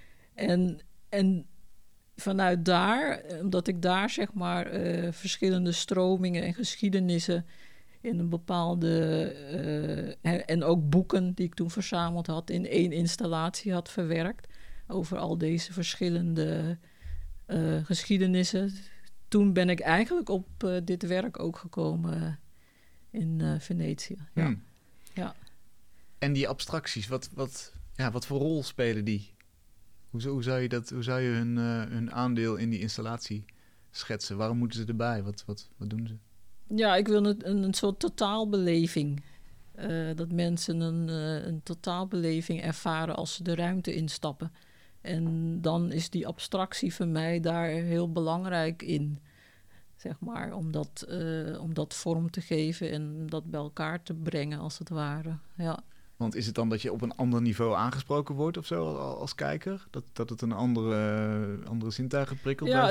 En vanuit daar, omdat ik daar zeg maar verschillende stromingen en geschiedenissen in een bepaalde... en ook boeken die ik toen verzameld had in 1 installatie had verwerkt over al deze verschillende geschiedenissen. Toen ben ik eigenlijk op dit werk ook gekomen in Venetië. Ja. Ja. En die abstracties, wat voor rol spelen die? Hoe zou je hun aandeel in die installatie schetsen? Waarom moeten ze erbij? Wat doen ze? Ja, ik wil een soort totaalbeleving. Dat mensen een totaalbeleving ervaren als ze de ruimte instappen. En dan is die abstractie voor mij daar heel belangrijk in. Zeg maar, om dat vorm te geven en dat bij elkaar te brengen, als het ware. Ja. Want is het dan dat je op een ander niveau aangesproken wordt of zo als kijker? Dat het een andere zintuigen prikkelt? Ja,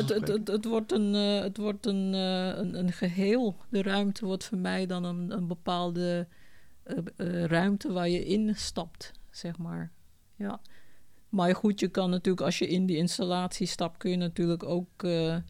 het wordt een geheel. De ruimte wordt voor mij dan een bepaalde ruimte waar je instapt, zeg maar. Ja. Maar goed, je kan natuurlijk, als je in die installatie stapt, kun je natuurlijk ook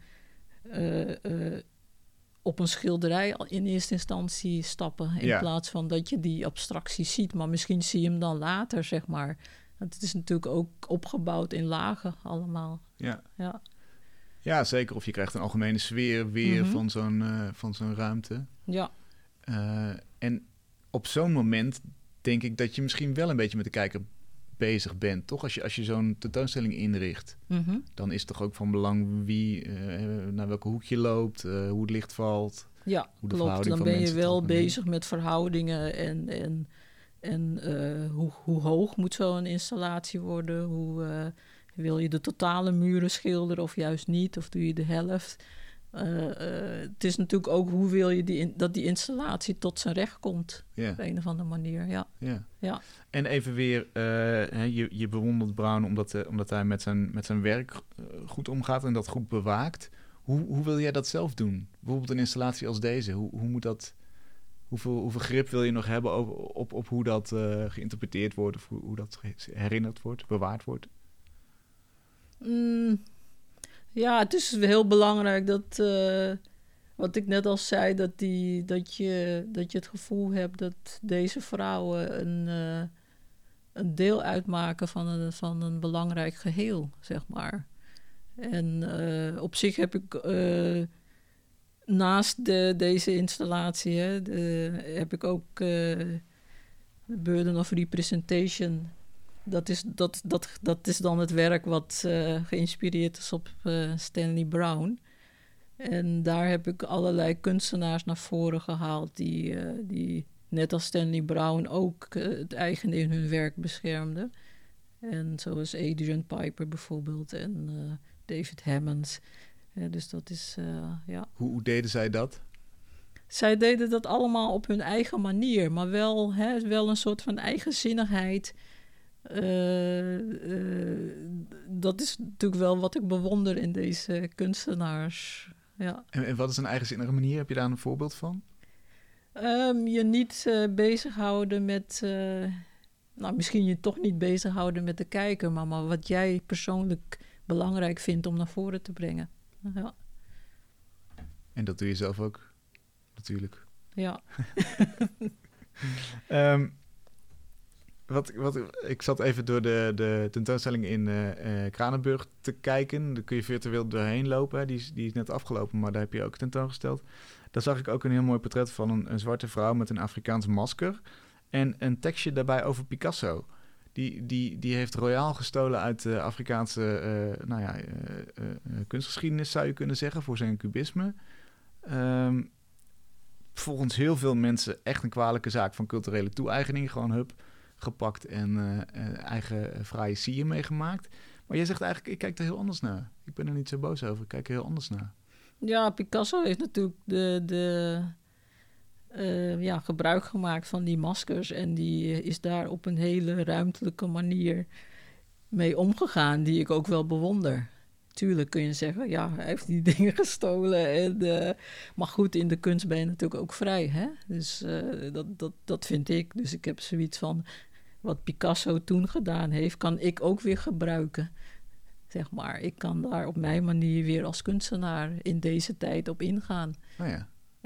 op een schilderij in eerste instantie stappen. In plaats van dat je die abstractie ziet. Maar misschien zie je hem dan later, zeg maar. Want het is natuurlijk ook opgebouwd in lagen allemaal. Ja, zeker. Of je krijgt een algemene sfeer weer van zo'n ruimte. Ja. En op zo'n moment denk ik dat je misschien wel een beetje met de kijker bezig bent, toch? Als je zo'n tentoonstelling inricht, dan is het toch ook van belang wie naar welke hoek je loopt, hoe het licht valt. Ja, hoe de klopt. Dan van ben je mensen wel tot bezig met verhoudingen en hoe hoog moet zo'n installatie worden? Hoe wil je de totale muren schilderen of juist niet? Of doe je de helft? Het is natuurlijk ook hoe wil je dat die installatie tot zijn recht komt. Op een of andere manier, ja. En even weer, je bewondert Braun omdat hij met zijn werk goed omgaat en dat goed bewaakt. Hoe wil jij dat zelf doen? Bijvoorbeeld een installatie als deze. Hoe moet dat? Hoeveel grip wil je nog hebben op hoe dat geïnterpreteerd wordt of hoe dat herinnerd wordt, bewaard wordt? Ja, het is heel belangrijk dat, wat ik net al zei, dat je het gevoel hebt dat deze vrouwen een deel uitmaken van een belangrijk geheel, zeg maar. En op zich heb ik naast deze installatie, heb ik ook The Burden of Representation. Dat is dan het werk wat geïnspireerd is op Stanley Brown. En daar heb ik allerlei kunstenaars naar voren gehaald die net als Stanley Brown ook het eigen in hun werk beschermden. En zoals Adrian Piper bijvoorbeeld en David Hammons. Dus dat is, Hoe deden zij dat? Zij deden dat allemaal op hun eigen manier, maar wel een soort van eigenzinnigheid. Dat is natuurlijk wel wat ik bewonder in deze kunstenaars. Ja. En wat is een eigenzinnige manier? Heb je daar een voorbeeld van? Je niet bezighouden met... misschien je toch niet bezighouden met de kijker... maar wat jij persoonlijk belangrijk vindt om naar voren te brengen. Ja. En dat doe je zelf ook, natuurlijk. Ja. Ik zat even door de tentoonstelling in Kranenburg te kijken. Daar kun je virtueel doorheen lopen. Hè. Die is net afgelopen, maar daar heb je ook tentoongesteld. Daar zag ik ook een heel mooi portret van een zwarte vrouw met een Afrikaans masker. En een tekstje daarbij over Picasso. Die heeft royaal gestolen uit de Afrikaanse kunstgeschiedenis, zou je kunnen zeggen, voor zijn cubisme. Volgens heel veel mensen echt een kwalijke zaak van culturele toe-eigening. Gewoon gepakt en eigen fraaie sier meegemaakt. Maar jij zegt eigenlijk, ik kijk er heel anders naar. Ik ben er niet zo boos over, ik kijk er heel anders naar. Ja, Picasso heeft natuurlijk gebruik gemaakt van die maskers. En die is daar op een hele ruimtelijke manier mee omgegaan, die ik ook wel bewonder. Tuurlijk kun je zeggen, ja, hij heeft die dingen gestolen. Maar goed, in de kunst ben je natuurlijk ook vrij, hè? Dus dat vind ik. Dus ik heb zoiets van, wat Picasso toen gedaan heeft, kan ik ook weer gebruiken. Zeg maar, ik kan daar op mijn manier weer als kunstenaar in deze tijd op ingaan. Oh ja.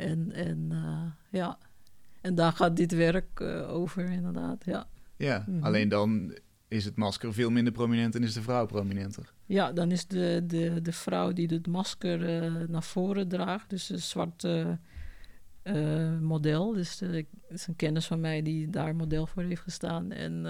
En daar gaat dit werk over, inderdaad, ja. Ja, alleen dan is het masker veel minder prominent en is de vrouw prominenter. Ja, dan is de vrouw die het masker naar voren draagt, dus een zwarte model. Dus het is een kennis van mij die daar model voor heeft gestaan.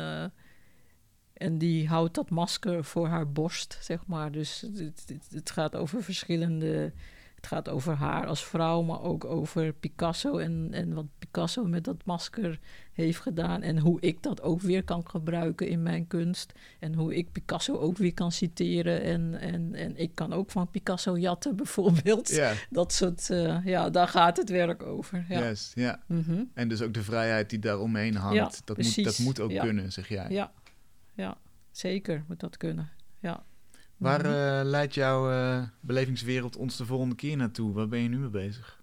En die houdt dat masker voor haar borst, zeg maar. Dus het gaat over verschillende... Het gaat over haar als vrouw, maar ook over Picasso en wat Picasso met dat masker heeft gedaan. En hoe ik dat ook weer kan gebruiken in mijn kunst. En hoe ik Picasso ook weer kan citeren. En ik kan ook van Picasso jatten, bijvoorbeeld. Yeah. Dat soort, daar gaat het werk over. Ja. Yes, ja. Mm-hmm. En dus ook de vrijheid die daar omheen hangt. Ja, dat moet ook kunnen, zeg jij. Ja, zeker moet dat kunnen, ja. Waar leidt jouw belevingswereld ons de volgende keer naartoe? Waar ben je nu mee bezig?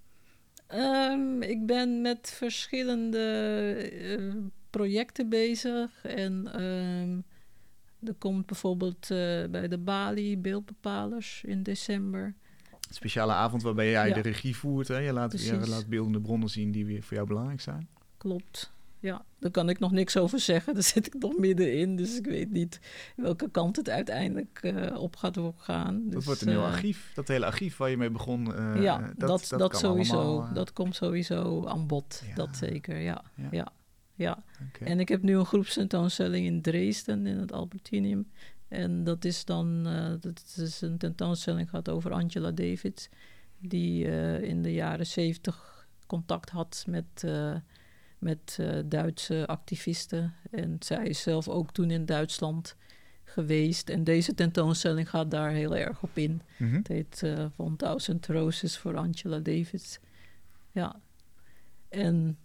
Ik ben met verschillende projecten bezig. En er komt bijvoorbeeld bij de Bali Beeldbepalers in december. Een speciale avond waarbij jij de regie voert. Hè? Je laat beeldende bronnen zien die weer voor jou belangrijk zijn. Klopt. Ja, daar kan ik nog niks over zeggen. Daar zit ik nog middenin, dus ik weet niet welke kant het uiteindelijk op gaat gaan. Dus, dat wordt een heel archief. Dat hele archief waar je mee begon. Dat sowieso. Allemaal, dat komt sowieso aan bod. Ja. Dat zeker, ja. Okay. En ik heb nu een groepstentoonstelling in Dresden, in het Albertinium. En dat is dan een tentoonstelling gaat over Angela David, die in de jaren 70 contact had met Duitse activisten. En zij is zelf ook toen in Duitsland geweest. En deze tentoonstelling gaat daar heel erg op in. Mm-hmm. Het heet 1000 Roses voor Angela David. Ja. En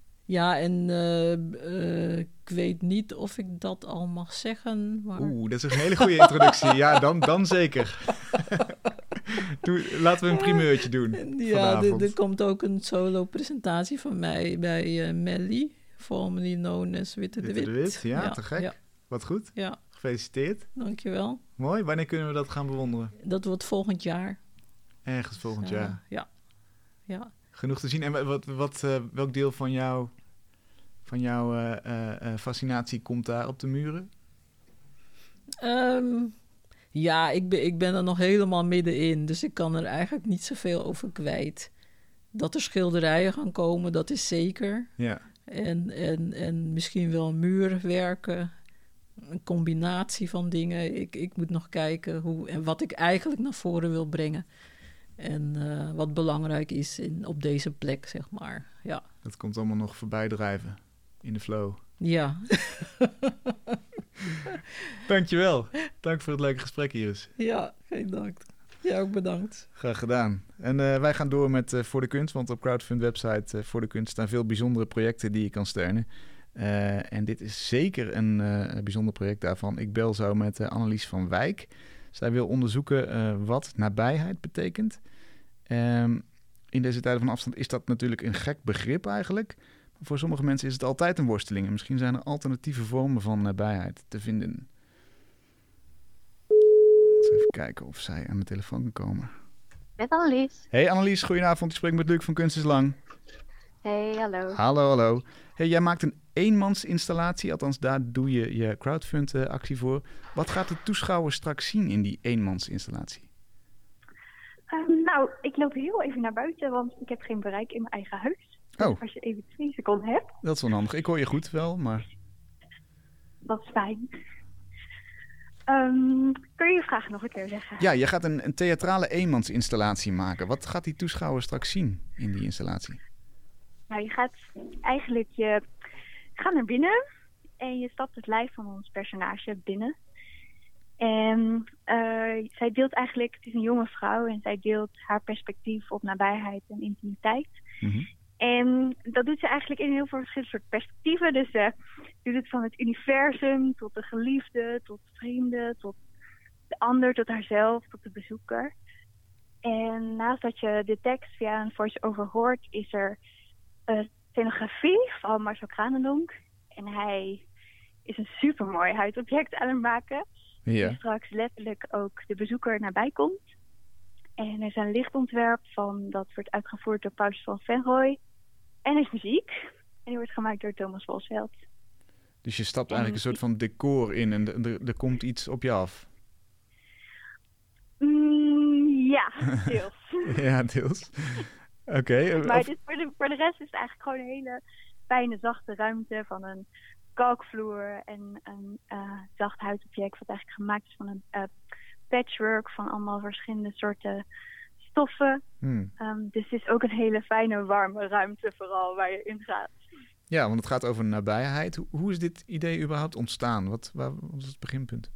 ik weet niet of ik dat al mag zeggen. Maar... Oeh, dat is een hele goede introductie. Ja, dan zeker. Laten we een primeurtje doen. Ja, er komt ook een solo-presentatie van mij bij Melly, formerly known as Witte de Wit. Ja, te gek. Ja. Wat goed. Ja. Gefeliciteerd. Dankjewel. Mooi. Wanneer kunnen we dat gaan bewonderen? Dat wordt volgend jaar. Ergens volgend jaar. Ja. Genoeg te zien. En welk deel van jouw fascinatie komt daar op de muren? Ja, ik ben er nog helemaal middenin, dus ik kan er eigenlijk niet zoveel over kwijt. Dat er schilderijen gaan komen, dat is zeker. Ja. En misschien wel muurwerken, een combinatie van dingen. Ik moet nog kijken hoe en wat ik eigenlijk naar voren wil brengen. En wat belangrijk is op deze plek, zeg maar. Ja. Dat komt allemaal nog voorbij drijven in de flow. Ja. Dankjewel. Dank voor het leuke gesprek, Iris. Ja, geen dank. Ja, ook bedankt. Graag gedaan. En wij gaan door met Voor de Kunst, want op Crowdfund website Voor de Kunst staan veel bijzondere projecten die je kan steunen. En dit is zeker een bijzonder project daarvan. Ik bel zo met Annelies van Wijk. Zij wil onderzoeken wat nabijheid betekent. in deze tijden van afstand is dat natuurlijk een gek begrip eigenlijk. Voor sommige mensen is het altijd een worsteling. En misschien zijn er alternatieve vormen van nabijheid te vinden. Even kijken of zij aan de telefoon kan komen. Met Annelies. Hey Annelies, goedenavond. Ik spreek met Luc van Kunst is Lang. Hey, hallo. Hallo. Hey, jij maakt een eenmansinstallatie. Althans, daar doe je je crowdfund-actie voor. Wat gaat de toeschouwer straks zien in die eenmansinstallatie? Nou, ik loop heel even naar buiten, want ik heb geen bereik in mijn eigen huis. Dus als je even 2 seconden hebt. Dat is onhandig. Ik hoor je goed wel, maar... Dat is fijn. Kun je je vraag nog een keer zeggen? Ja, je gaat een theatrale eenmansinstallatie maken. Wat gaat die toeschouwer straks zien in die installatie? Nou, je gaat eigenlijk... Je gaat naar binnen en je stapt het lijf van ons personage binnen. En zij deelt eigenlijk... Het is een jonge vrouw en zij deelt haar perspectief op nabijheid en intimiteit. Mm-hmm. En dat doet ze eigenlijk in heel veel verschillende soort perspectieven. Dus ze doet het van het universum tot de geliefde, tot vrienden, tot de ander, tot haarzelf, tot de bezoeker. En naast dat je de tekst via een voice-over hoort, is er scenografie van Marcel Kranendonk. En hij is een supermooi huidobject aan het maken. Ja. Die straks letterlijk ook de bezoeker nabij komt. En er is een lichtontwerp dat wordt uitgevoerd door Paulus van Venrooy. En er is muziek. En die wordt gemaakt door Thomas Wolsveld. Dus je stapt eigenlijk een soort van decor in en er komt iets op je af. Ja, deels. Ja, deels. Oké. Maar dus voor de rest is het eigenlijk gewoon een hele fijne, zachte ruimte van een kalkvloer en een zacht huidobject wat eigenlijk gemaakt is van een patchwork van allemaal verschillende soorten stoffen. Dus het is ook een hele fijne, warme ruimte vooral waar je in gaat. Ja, want het gaat over nabijheid. Hoe is dit idee überhaupt ontstaan? Wat is het beginpunt?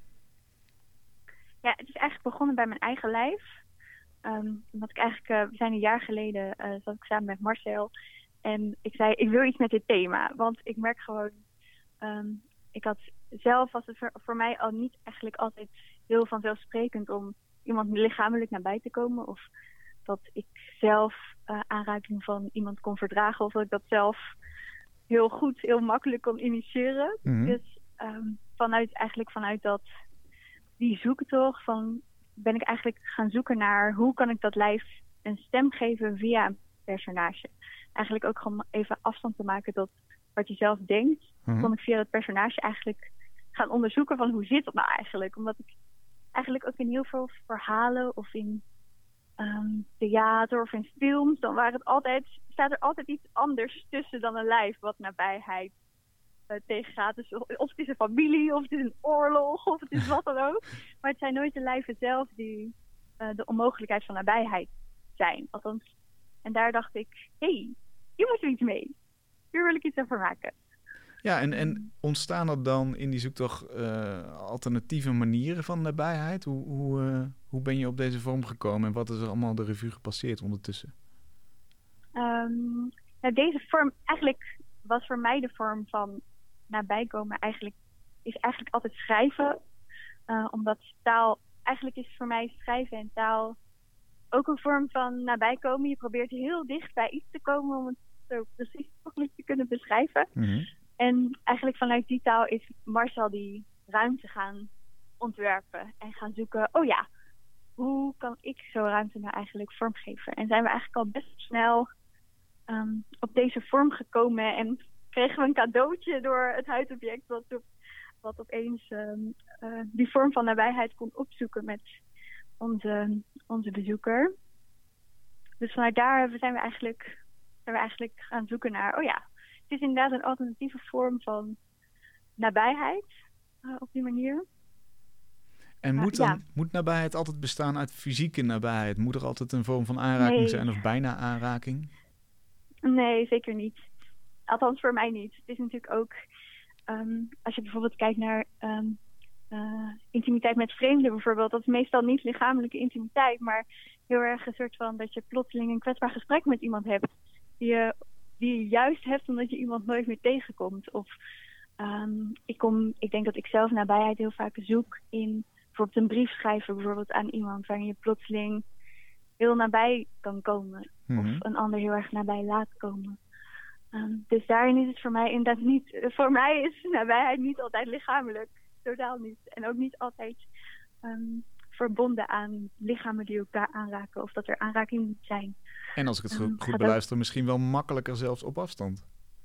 Ja, het is eigenlijk begonnen bij mijn eigen lijf. Omdat ik eigenlijk, we zijn een jaar geleden, zat ik samen met Marcel. En ik zei, ik wil iets met dit thema. Want ik merk gewoon, ik had zelf, was het voor mij al niet eigenlijk altijd heel vanzelfsprekend om iemand lichamelijk nabij te komen. Of dat ik zelf aanraking van iemand kon verdragen. Of dat ik dat zelf heel goed, heel makkelijk kon initiëren. Mm-hmm. Dus vanuit die zoektocht ben ik eigenlijk gaan zoeken naar hoe kan ik dat lijf een stem geven via een personage. Eigenlijk ook gewoon even afstand te maken tot wat je zelf denkt. Mm-hmm. Kon ik via dat personage eigenlijk gaan onderzoeken van hoe zit dat nou eigenlijk. Omdat ik eigenlijk ook in heel veel verhalen of in theater of in films, dan staat er altijd iets anders tussen dan een lijf wat nabijheid tegengaat. Dus of het is een familie, of het is een oorlog, of het is wat dan ook. Maar het zijn nooit de lijven zelf die de onmogelijkheid van nabijheid zijn. Althans, en daar dacht ik, hier moet er iets mee. Hier wil ik iets over maken. Ja, en ontstaan er dan in die zoektocht alternatieve manieren van nabijheid? Hoe ben je op deze vorm gekomen en wat is er allemaal de revue gepasseerd ondertussen? Deze vorm eigenlijk was voor mij de vorm van nabijkomen is eigenlijk altijd schrijven. Omdat taal, eigenlijk is voor mij schrijven en taal ook een vorm van nabijkomen. Je probeert heel dicht bij iets te komen om het zo precies mogelijk te kunnen beschrijven. Mm-hmm. En eigenlijk vanuit die taal is Marcel die ruimte gaan ontwerpen en gaan zoeken. Oh ja, hoe kan ik zo'n ruimte nou eigenlijk vormgeven? En zijn we eigenlijk al best snel op deze vorm gekomen en kregen we een cadeautje door het huidobject wat opeens die vorm van nabijheid kon opzoeken met onze bezoeker. Dus vanuit daar zijn we eigenlijk gaan zoeken naar, oh ja, het is inderdaad een alternatieve vorm van nabijheid op die manier. En moet nabijheid altijd bestaan uit fysieke nabijheid? Moet er altijd een vorm van aanraking zijn of bijna aanraking? Nee, zeker niet. Althans voor mij niet. Het is natuurlijk ook, als je bijvoorbeeld kijkt naar intimiteit met vreemden bijvoorbeeld, dat is meestal niet lichamelijke intimiteit, maar heel erg een soort van dat je plotseling een kwetsbaar gesprek met iemand hebt, die je juist hebt omdat je iemand nooit meer tegenkomt. Of ik denk dat ik zelf nabijheid heel vaak zoek in bijvoorbeeld een brief schrijven bijvoorbeeld aan iemand waarin je plotseling heel nabij kan komen. Of een ander heel erg nabij laat komen. Dus daarin is het voor mij inderdaad niet... Voor mij is nabijheid niet altijd lichamelijk. Totaal niet. En ook niet altijd verbonden aan lichamen die elkaar aanraken. Of dat er aanraking moet zijn. En als ik het goed beluister, misschien wel makkelijker zelfs op afstand.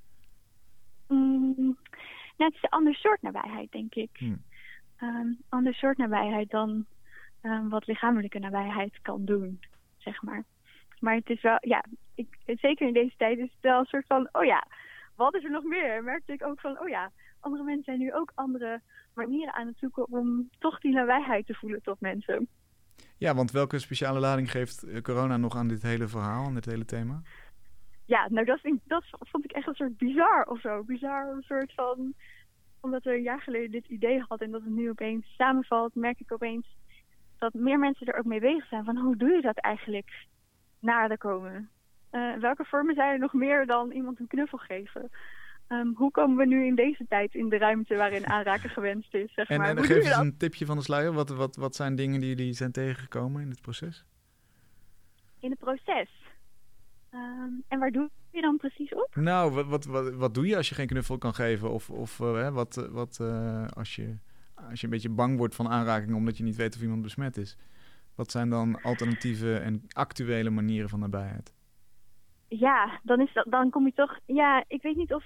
Het is een ander soort nabijheid, denk ik. Ander soort nabijheid dan wat lichamelijke nabijheid kan doen, zeg maar. Maar het is wel, zeker in deze tijd is het wel een soort van, wat is er nog meer? Merkte ik ook van, andere mensen zijn nu ook andere manieren aan het zoeken om toch die nabijheid te voelen tot mensen. Ja, want welke speciale lading geeft corona nog aan dit hele verhaal, aan dit hele thema? Ja, nou dat vond ik echt een soort bizar of zo. Bizar, een soort van, omdat we een jaar geleden dit idee hadden en dat het nu opeens samenvalt, merk ik opeens dat meer mensen er ook mee bezig zijn van hoe doe je dat eigenlijk nader komen? Welke vormen zijn er nog meer dan iemand een knuffel geven? Hoe komen we nu in deze tijd in de ruimte waarin aanraken gewenst is? Zeg maar. En geef eens een tipje van de sluier. Wat zijn dingen die jullie zijn tegengekomen in het proces? In het proces? En waar doe je dan precies op? Nou, wat doe je als je geen knuffel kan geven? Of als je een beetje bang wordt van aanraking omdat je niet weet of iemand besmet is? Wat zijn dan alternatieve en actuele manieren van nabijheid? Ja, dan kom je toch... Ja, ik weet niet of...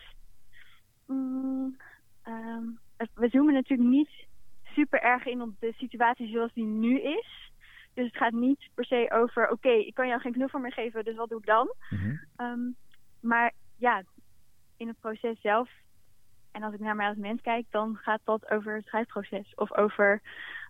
we zoomen natuurlijk niet super erg in op de situatie zoals die nu is. Dus het gaat niet per se over... Oké, ik kan jou geen knuffel meer geven, dus wat doe ik dan? Maar ja, in het proces zelf... En als ik naar mij als mens kijk, dan gaat dat over het schrijfproces. Of over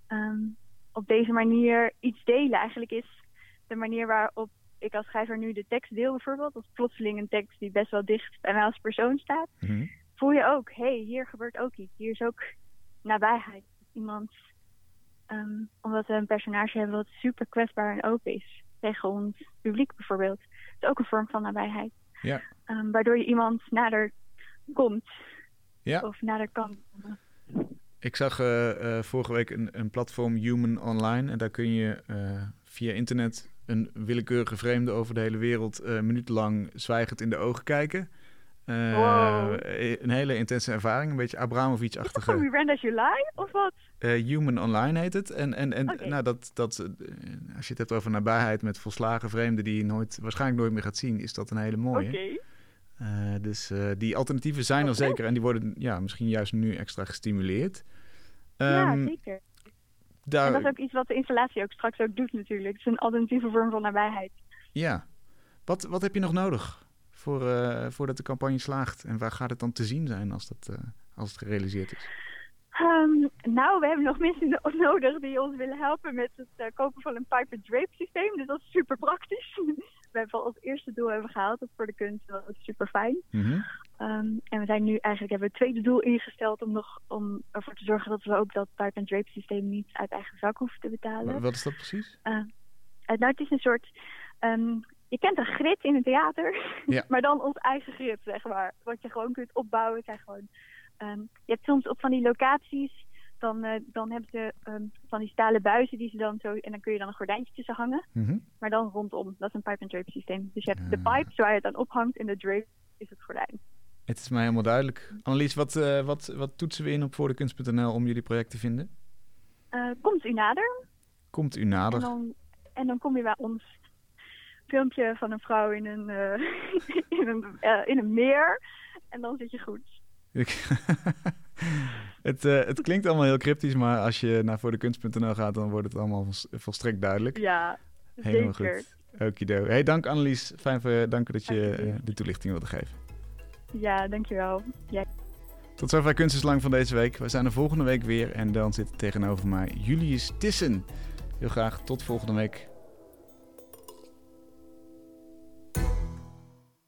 op deze manier iets delen. Eigenlijk is de manier waarop ik als schrijver nu de tekst deel bijvoorbeeld. Of plotseling een tekst die best wel dicht bij mij als persoon staat. Voel je ook, hier gebeurt ook iets. Hier is ook nabijheid. Iemand, omdat we een personage hebben wat super kwetsbaar en open is. Tegen ons publiek bijvoorbeeld. Het is ook een vorm van nabijheid. Ja. Waardoor je iemand nader komt. Ja. Of nader kan komen. Ik zag vorige week een platform Human Online. En daar kun je via internet een willekeurige vreemde over de hele wereld minutenlang zwijgend in de ogen kijken. Een hele intense ervaring. Een beetje Abramovic-achtige. Is dat van Miranda July of wat? Human Online heet het. En Okay. Nou, als je het hebt over nabijheid met volslagen vreemden die je waarschijnlijk nooit meer gaat zien, is dat een hele mooie. Okay. Dus die alternatieven zijn er zeker en die worden misschien juist nu extra gestimuleerd. Ja, zeker. En dat is ook iets wat de installatie ook straks ook doet natuurlijk. Het is een alternatieve vorm van nabijheid. Ja. Wat heb je nog nodig voordat de campagne slaagt? En waar gaat het dan te zien zijn als het gerealiseerd is? We hebben nog mensen nodig die ons willen helpen met het kopen van een pipe and drape systeem. Dus dat is super praktisch. We hebben al als eerste doel gehaald, dat voor de kunst. Dat is super fijn. En we zijn nu hebben het tweede doel ingesteld om ervoor te zorgen dat we ook dat pipe and drape systeem niet uit eigen zak hoeven te betalen. Wat is dat precies? Het is een soort... je kent een grid in een theater, ja. Maar dan ons eigen grid, zeg maar. Wat je gewoon kunt opbouwen. Het zijn gewoon... je hebt soms op van die locaties, dan hebben ze van die stalen buizen die ze dan zo... En dan kun je dan een gordijntje tussen hangen. Maar dan rondom. Dat is een pipe and drape systeem. Dus je hebt de pipes waar je het dan ophangt en de drape is het gordijn. Het is mij helemaal duidelijk. Annelies, wat toetsen we in op voordekunst.nl om jullie project te vinden? Komt u nader. Komt u nader. En dan kom je bij ons filmpje van een vrouw in een meer. En dan zit je goed. Het klinkt allemaal heel cryptisch, maar als je naar voordekunst.nl gaat, dan wordt het allemaal volstrekt duidelijk. Ja, helemaal zeker. Goed. Okido. Hey, dank Annelies. Dank dat je de toelichting wilde geven. Ja, dankjewel. Ja. Tot zover Kunst is Lang van deze week. We zijn er volgende week weer en dan zit tegenover mij Julius Tissen. Heel graag tot volgende week.